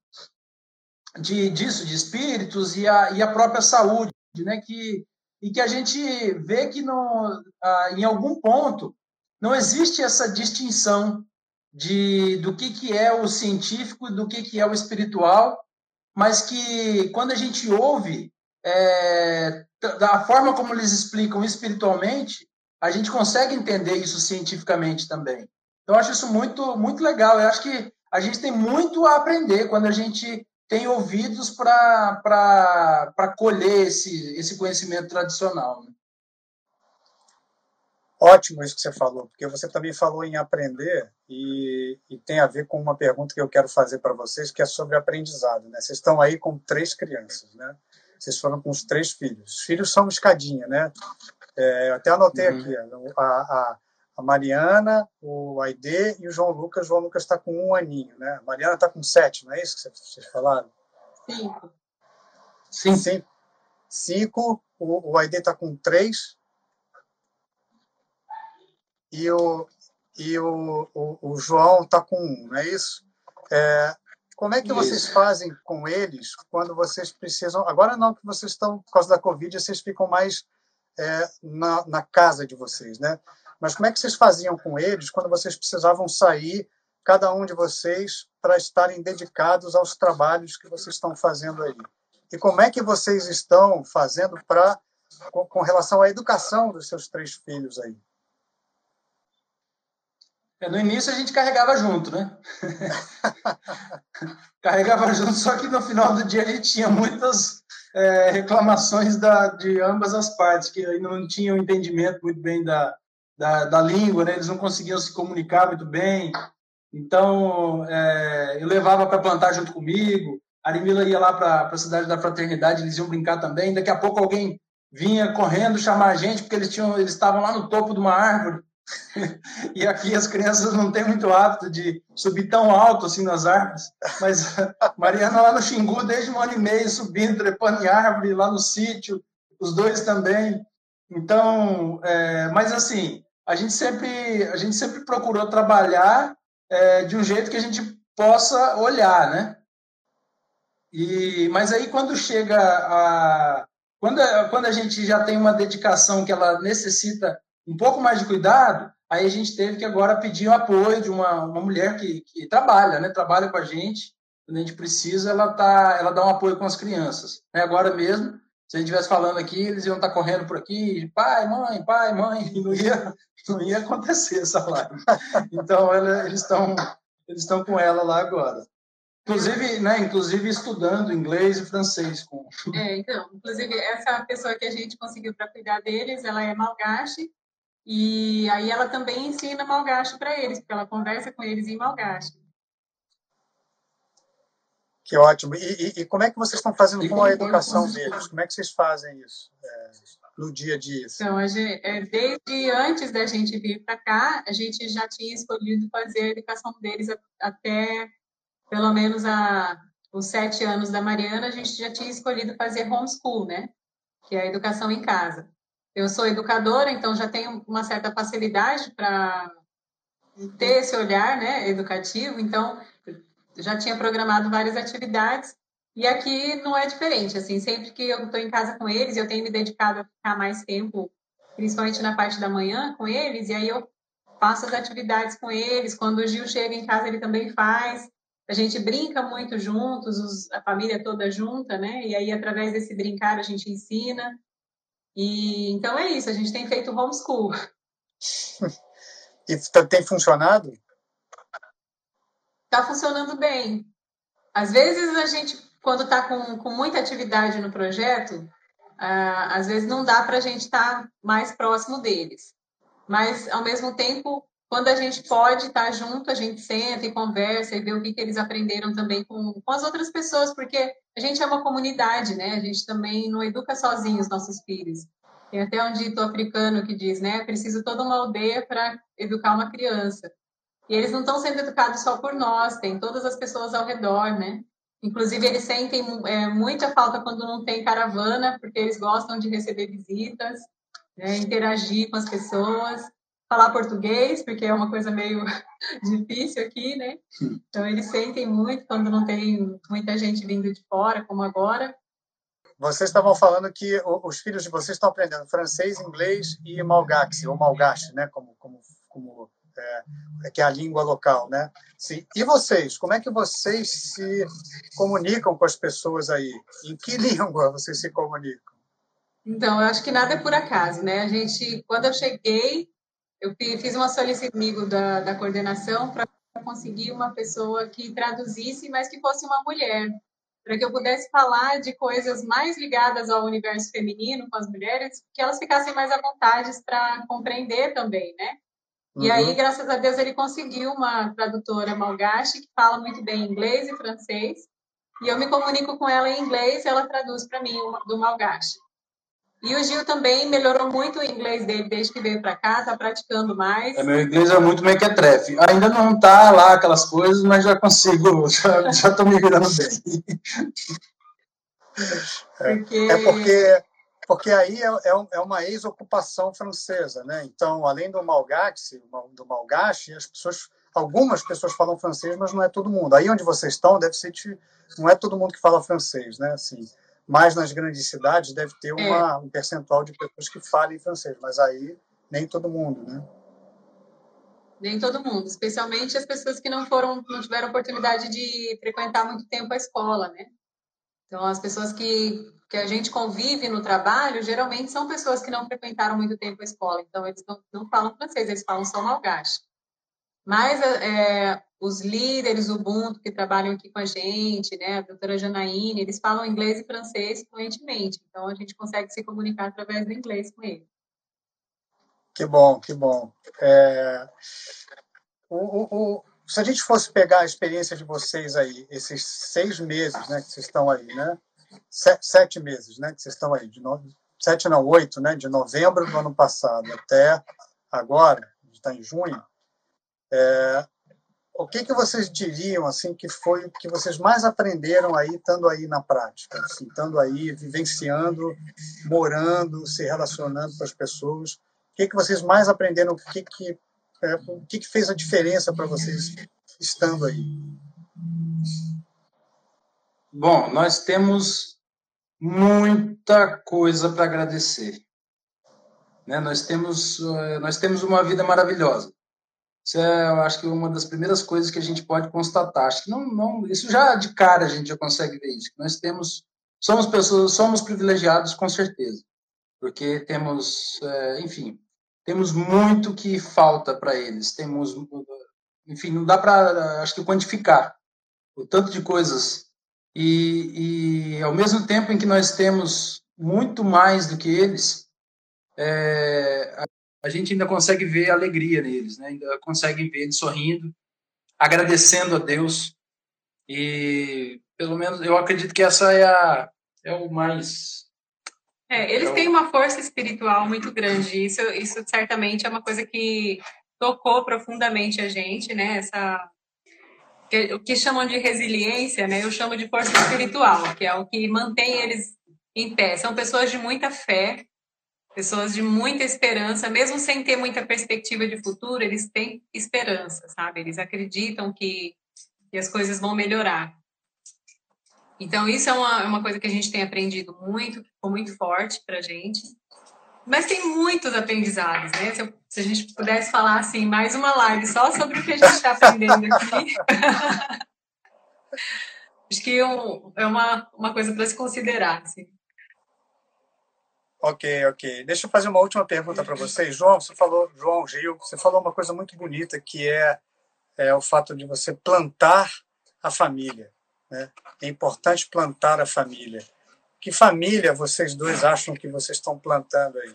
de, disso, de espíritos e a, e a própria saúde, né? que, e que a gente vê que no, ah, em algum ponto não existe essa distinção de, do que, que é o científico e do que, que é o espiritual, mas que quando a gente ouve é, da forma como eles explicam espiritualmente, a gente consegue entender isso cientificamente também. Então, eu acho isso muito, muito legal. Eu acho que a gente tem muito a aprender quando a gente tem ouvidos para colher esse, esse conhecimento tradicional. Né? Ótimo isso que você falou, porque você também falou em aprender e, e tem a ver com uma pergunta que eu quero fazer para vocês, que é sobre aprendizado. Né? Vocês estão aí com três crianças, né? Vocês foram com os três filhos. Os filhos são escadinha, né? É, até anotei uhum. aqui, a, a, a Mariana, o Aidê e o João Lucas. O João Lucas está com um aninho, né? A Mariana está com sete, não é isso que vocês falaram? Cinco. Sim. Cinco. Cinco. O, o Aidê está com três. E o, e o, o, o João está com um, não é isso? É, como é que isso. vocês fazem com eles quando vocês precisam... Agora não, que vocês estão, por causa da Covid, vocês ficam mais... É, na, na casa de vocês, né? Mas como é que vocês faziam com eles quando vocês precisavam sair, cada um de vocês, para estarem dedicados aos trabalhos que vocês estão fazendo aí? E como é que vocês estão fazendo para, com, com relação à educação dos seus três filhos aí? É, no início a gente carregava junto, né? Carregava junto, só que no final do dia a gente tinha muitas é, reclamações da, de ambas as partes, que ainda não tinham entendimento muito bem da, da, da língua, né? Eles não conseguiam se comunicar muito bem. Então, é, eu levava para plantar junto comigo, a Arimila ia lá para a cidade da Fraternidade, eles iam brincar também. Daqui a pouco alguém vinha correndo chamar a gente, porque eles tinham, eles estavam lá no topo de uma árvore. E aqui as crianças não têm muito hábito de subir tão alto assim nas árvores. Mas a Mariana lá no Xingu, desde um ano e meio, subindo, trepando em árvore, lá no sítio, os dois também. Então, é, mas assim, a gente sempre, a gente sempre procurou trabalhar é, de um jeito que a gente possa olhar, né? E, mas aí quando chega a... Quando a, quando a gente já tem uma dedicação que ela necessita um pouco mais de cuidado, aí a gente teve que agora pedir o apoio de uma, uma mulher que, que trabalha, né? Trabalha com a gente. Quando a gente precisa, ela, tá, ela dá um apoio com as crianças. Né? Agora mesmo, se a gente estivesse falando aqui, eles iam estar correndo por aqui, pai, mãe, pai, mãe, e não ia, não ia acontecer essa live. Então, ela, eles estão eles estão com ela lá agora. Inclusive, né, inclusive estudando inglês e francês. Com... É, então, inclusive, essa pessoa que a gente conseguiu para cuidar deles, ela é malgache, e aí ela também ensina malgache para eles, porque ela conversa com eles em malgache. Que ótimo. E, e, e como é que vocês estão fazendo com a educação deles? Como é que vocês fazem isso é, no dia a dia? Então, a gente, é, desde antes da gente vir para cá, a gente já tinha escolhido fazer a educação deles até pelo menos a, os sete anos da Mariana, a gente já tinha escolhido fazer homeschool, né? Que é a educação em casa. Eu sou educadora, então já tenho uma certa facilidade para ter esse olhar, né, educativo, então já tinha programado várias atividades e aqui não é diferente, assim, sempre que eu estou em casa com eles, eu tenho me dedicado a ficar mais tempo, principalmente na parte da manhã com eles, e aí eu faço as atividades com eles, quando o Gil chega em casa ele também faz, a gente brinca muito juntos, os, a família toda junta, né, e aí através desse brincar a gente ensina, e então é isso, a gente tem feito homeschool. E tem funcionado? Está funcionando bem. Às vezes a gente, quando está com, com muita atividade no projeto, ah, às vezes não dá para a gente estar tá mais próximo deles. Mas, ao mesmo tempo, quando a gente pode estar tá junto, a gente senta e conversa e vê o que, que eles aprenderam também com, com as outras pessoas, porque a gente é uma comunidade, né? A gente também não educa sozinho os nossos filhos. Tem até um dito africano que diz, né? Preciso toda uma aldeia para educar uma criança. E eles não estão sendo educados só por nós, tem todas as pessoas ao redor, né? Inclusive, eles sentem é, muita falta quando não tem caravana, porque eles gostam de receber visitas, né, interagir com as pessoas, falar português, porque é uma coisa meio difícil aqui, né? Então, eles sentem muito quando não tem muita gente vindo de fora, como agora. Vocês estavam falando que os filhos de vocês estão aprendendo francês, inglês e malgache, ou malgache, né? Como, como, como é, que é a língua local, né? Sim. E vocês? Como é que vocês se comunicam com as pessoas aí? Em que língua vocês se comunicam? Então, eu acho que nada é por acaso, né? A gente, quando eu cheguei, eu fiz uma solicitação comigo da, da coordenação para conseguir uma pessoa que traduzisse, mas que fosse uma mulher, para que eu pudesse falar de coisas mais ligadas ao universo feminino com as mulheres, que elas ficassem mais à vontade para compreender também, né? Uhum. E aí, graças a Deus, ele conseguiu uma tradutora malgache que fala muito bem inglês e francês, e eu me comunico com ela em inglês e ela traduz para mim do malgache. E o Gil também melhorou muito o inglês dele desde que veio para cá, está praticando mais. É, meu inglês é muito mequetrefe. Ainda não está lá aquelas coisas, mas já consigo, já estou me virando bem. Porque... É porque, porque aí é, é uma ex-ocupação francesa, né? Então, além do malgache, do malgache, as pessoas, algumas pessoas falam francês, mas não é todo mundo. Aí onde vocês estão, deve ser, não é todo mundo que fala francês, né? Assim, mas nas grandes cidades deve ter uma, é. um percentual de pessoas que falem francês, mas aí nem todo mundo, né? Nem todo mundo, especialmente as pessoas que não foram, não tiveram oportunidade de frequentar muito tempo a escola, né? Então, as pessoas que, que a gente convive no trabalho, geralmente são pessoas que não frequentaram muito tempo a escola, então eles não, não falam francês, eles falam só malgache. Mas é, os líderes Ubuntu que trabalham aqui com a gente, né, a doutora Janaíne, eles falam inglês e francês fluentemente, então a gente consegue se comunicar através do inglês com eles. Que bom, que bom. É, o, o, o, se a gente fosse pegar a experiência de vocês aí, esses seis meses, né, que vocês estão aí, né, sete, sete meses, né, que vocês estão aí, de no, sete não, oito, né, de novembro do ano passado até agora, a gente está em junho, é, o que que vocês diriam, assim, que foi o que vocês mais aprenderam aí, estando aí na prática, assim, estando aí, vivenciando, morando, se relacionando com as pessoas? O que que vocês mais aprenderam? O que que, é, o que que fez a diferença para vocês estando aí? Bom, nós temos muita coisa para agradecer, né? Nós temos, nós temos uma vida maravilhosa. Isso é, eu acho que uma das primeiras coisas que a gente pode constatar. Acho que não, não, isso já de cara a gente já consegue ver isso. Nós temos, somos pessoas, somos privilegiados com certeza, porque temos, é, enfim, temos muito que falta para eles. Temos, enfim, não dá para, acho que quantificar o tanto de coisas e, e ao mesmo tempo em que nós temos muito mais do que eles, é, a gente ainda consegue ver a alegria neles, né? Ainda consegue ver eles sorrindo, agradecendo a Deus. E, pelo menos, eu acredito que essa é, a, é o mais... É, eles é o... têm uma força espiritual muito grande. Isso, isso certamente é uma coisa que tocou profundamente a gente, né? Essa, que, o que chamam de resiliência, né? Eu chamo de força espiritual, que é o que mantém eles em pé. São pessoas de muita fé, pessoas de muita esperança, mesmo sem ter muita perspectiva de futuro, eles têm esperança, sabe? Eles acreditam que, que as coisas vão melhorar. Então, isso é uma, uma coisa que a gente tem aprendido muito, que ficou muito forte para a gente. Mas tem muitos aprendizados, né? Se, eu, se a gente pudesse falar, assim, mais uma live só sobre o que a gente está aprendendo aqui. Acho que é, um, é uma, uma coisa para se considerar, assim. Ok, ok. Deixa eu fazer uma última pergunta para vocês. João, você falou, João Gil, você falou uma coisa muito bonita, que é, é o fato de você plantar a família, né? É importante plantar a família. Que família vocês dois acham que vocês estão plantando aí?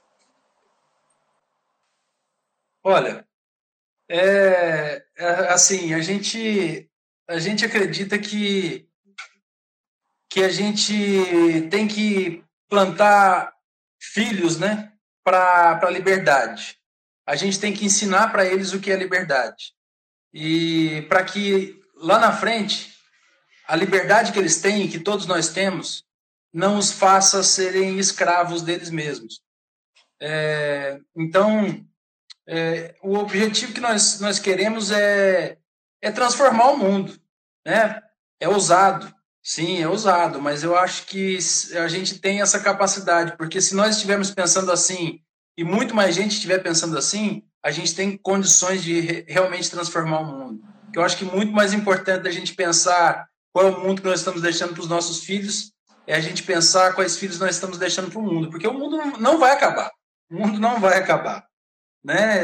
Olha, é, é, assim, a gente, a gente acredita que, que a gente tem que plantar filhos, né, para a liberdade. A gente tem que ensinar para eles o que é liberdade. E para que lá na frente, a liberdade que eles têm, que todos nós temos, não os faça serem escravos deles mesmos. É, então, é, o objetivo que nós, nós queremos é, é transformar o mundo, né? É ousado, sim, é ousado, mas eu acho que a gente tem essa capacidade, porque se nós estivermos pensando assim, e muito mais gente estiver pensando assim, a gente tem condições de re- realmente transformar o mundo. Eu acho que muito mais importante da gente pensar qual é o mundo que nós estamos deixando para os nossos filhos, é a gente pensar quais filhos nós estamos deixando para o mundo, porque o mundo não vai acabar, o mundo não vai acabar, né?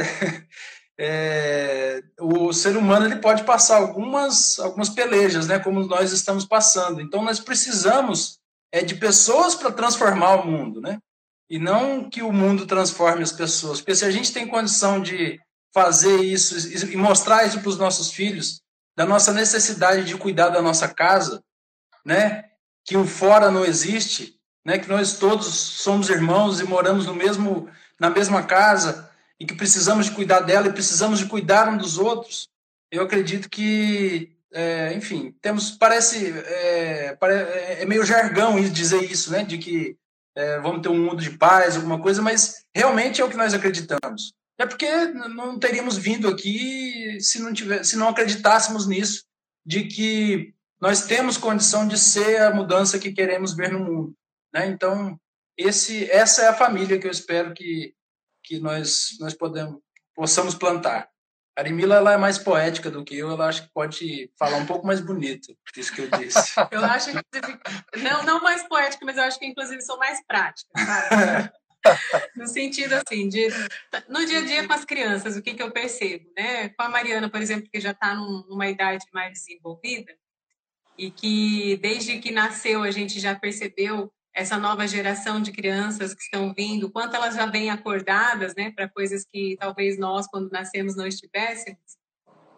É, o ser humano ele pode passar algumas, algumas pelejas, né, como nós estamos passando. Então, nós precisamos é, de pessoas para transformar o mundo, né? E não que o mundo transforme as pessoas. Porque se a gente tem condição de fazer isso e mostrar isso para os nossos filhos, da nossa necessidade de cuidar da nossa casa, né, que o fora não existe, né, que nós todos somos irmãos e moramos no mesmo, na mesma casa, e que precisamos de cuidar dela e precisamos de cuidar um dos outros, eu acredito que, é, enfim, temos, parece, é, é meio jargão dizer isso, né, de que é, vamos ter um mundo de paz, alguma coisa, mas realmente é o que nós acreditamos. É porque não teríamos vindo aqui se não, tiver, se não acreditássemos nisso, de que nós temos condição de ser a mudança que queremos ver no mundo, né? Então, esse, essa é a família que eu espero que que nós, nós podemos, possamos plantar. A Arimila ela é mais poética do que eu, ela acho que pode falar um pouco mais bonito disso que eu disse. Eu acho que, não, não mais poética, mas eu acho que, inclusive, sou mais prática, sabe? No sentido, assim, de, no dia a dia com as crianças, o que, que eu percebo, né? Com a Mariana, por exemplo, que já está num, numa idade mais desenvolvida e que, desde que nasceu, a gente já percebeu essa nova geração de crianças que estão vindo, quanto elas já vêm acordadas, né, para coisas que talvez nós, quando nascemos, não estivéssemos.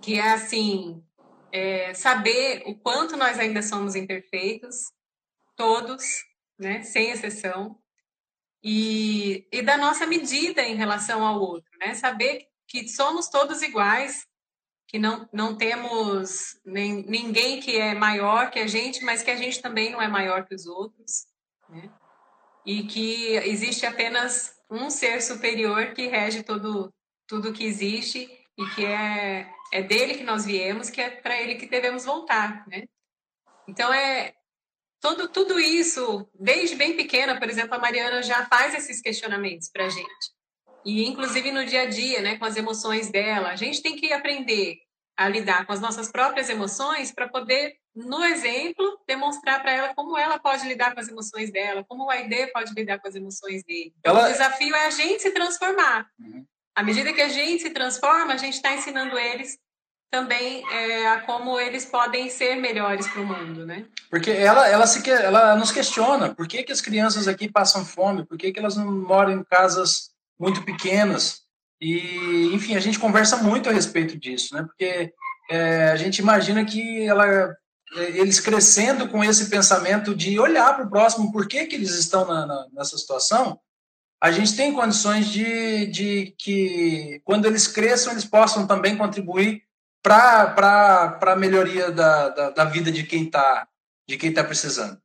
que é assim, é, saber o quanto nós ainda somos imperfeitos, todos, né, sem exceção, e, e da nossa medida em relação ao outro, né, saber que somos todos iguais, que não, não temos nem, ninguém que é maior que a gente, mas que a gente também não é maior que os outros, né, e que existe apenas um ser superior que rege todo, tudo que existe e que é, é dele que nós viemos, que é para ele que devemos voltar, né? Então, é todo, tudo isso, desde bem pequena, por exemplo, a Mariana já faz esses questionamentos para a gente. E, inclusive, no dia a dia, né, com as emoções dela, a gente tem que aprender a lidar com as nossas próprias emoções para poder, no exemplo, demonstrar para ela como ela pode lidar com as emoções dela, como o Aidê pode lidar com as emoções dele. Então, ela... o desafio é a gente se transformar. Uhum. À medida que a gente se transforma, a gente está ensinando eles também é, a como eles podem ser melhores para o mundo, né? Porque ela, ela, se, ela nos questiona por que, que as crianças aqui passam fome, por que, que elas não moram em casas muito pequenas. E, enfim, a gente conversa muito a respeito disso, né? Porque é, a gente imagina que ela, eles crescendo com esse pensamento de olhar para o próximo, por que, que eles estão na, na, nessa situação, a gente tem condições de, de que, quando eles cresçam, eles possam também contribuir para a melhoria da, da, da vida de quem está de quem tá precisando.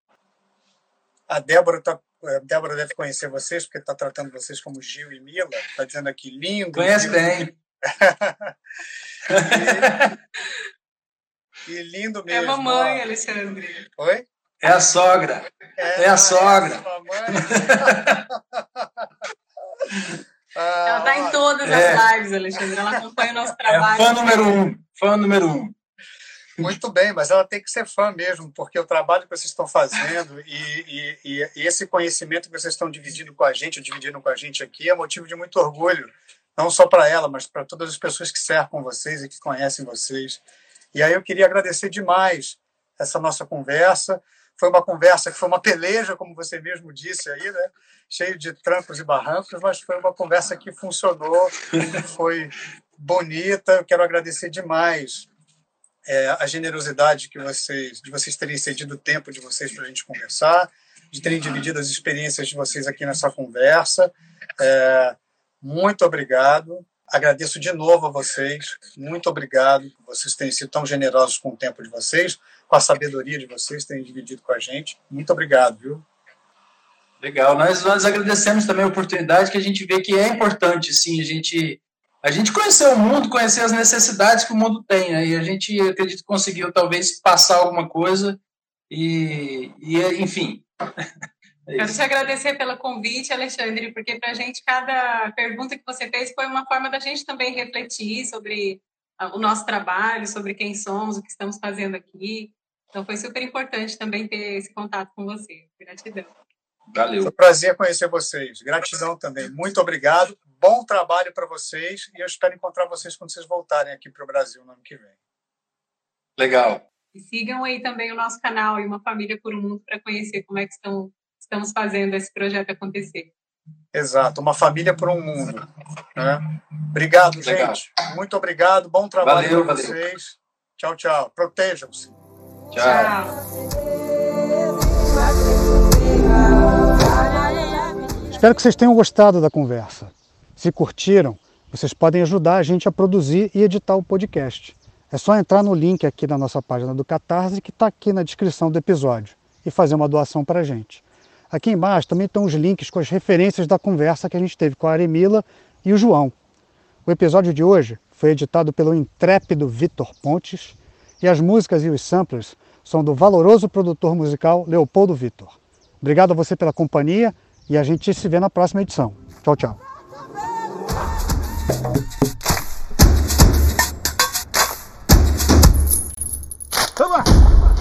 A Débora tá, a Débora deve conhecer vocês, porque está tratando vocês como Gil e Mila. Está dizendo aqui, lindo. Conhece bem. e, e lindo mesmo. É a mamãe, Alexandre. Oi? É a sogra. É, é a sogra. Ah, ela está em todas é. as lives, Alexandre. Ela acompanha o nosso trabalho. É fã número um. Fã número um. Muito bem, mas ela tem que ser fã mesmo, porque o trabalho que vocês estão fazendo e, e, e esse conhecimento que vocês estão dividindo com a gente, dividindo com a gente aqui, é motivo de muito orgulho, não só para ela, mas para todas as pessoas que cercam vocês e que conhecem vocês. E aí eu queria agradecer demais essa nossa conversa. Foi uma conversa que foi uma peleja, como você mesmo disse aí, né? Cheio de trancos e barrancos, mas foi uma conversa que funcionou, foi bonita. Eu quero agradecer demais é, a generosidade que vocês, de vocês terem cedido o tempo de vocês para a gente conversar, de terem dividido as experiências de vocês aqui nessa conversa. É, muito obrigado. Agradeço de novo a vocês. Muito obrigado por vocês terem sido tão generosos com o tempo de vocês, com a sabedoria de vocês, terem dividido com a gente. Muito obrigado, viu? Legal. Nós, nós agradecemos também a oportunidade, que a gente vê que é importante, sim, a gente, a gente conhecer o mundo, conhecer as necessidades que o mundo tem, né? E a gente, eu acredito, conseguiu talvez passar alguma coisa e, e enfim... É Quero te agradecer pelo convite, Alexandre, porque para a gente cada pergunta que você fez foi uma forma da gente também refletir sobre o nosso trabalho, sobre quem somos, o que estamos fazendo aqui. Então foi super importante também ter esse contato com você. Gratidão. Valeu. Foi um prazer conhecer vocês. Gratidão também. Muito obrigado. Bom trabalho para vocês e eu espero encontrar vocês quando vocês voltarem aqui para o Brasil no ano que vem. Legal. E sigam aí também o nosso canal e Uma Família por um Mundo para conhecer como é que estão estamos fazendo esse projeto acontecer. Exato, Uma Família por um Mundo. Né? Obrigado, Legal. gente. Muito obrigado. Bom trabalho para vocês. Valeu. Tchau, tchau. Protejam-se. Tchau. Tchau. Espero que vocês tenham gostado da conversa. Se curtiram, vocês podem ajudar a gente a produzir e editar o podcast. É só entrar no link aqui na nossa página do Catarse, que está aqui na descrição do episódio, e fazer uma doação para a gente. Aqui embaixo também estão os links com as referências da conversa que a gente teve com a Aremila e o João. O episódio de hoje foi editado pelo intrépido Vitor Pontes e as músicas e os samplers são do valoroso produtor musical Leopoldo Vitor. Obrigado a você pela companhia e a gente se vê na próxima edição. Tchau, tchau. Vamos lá!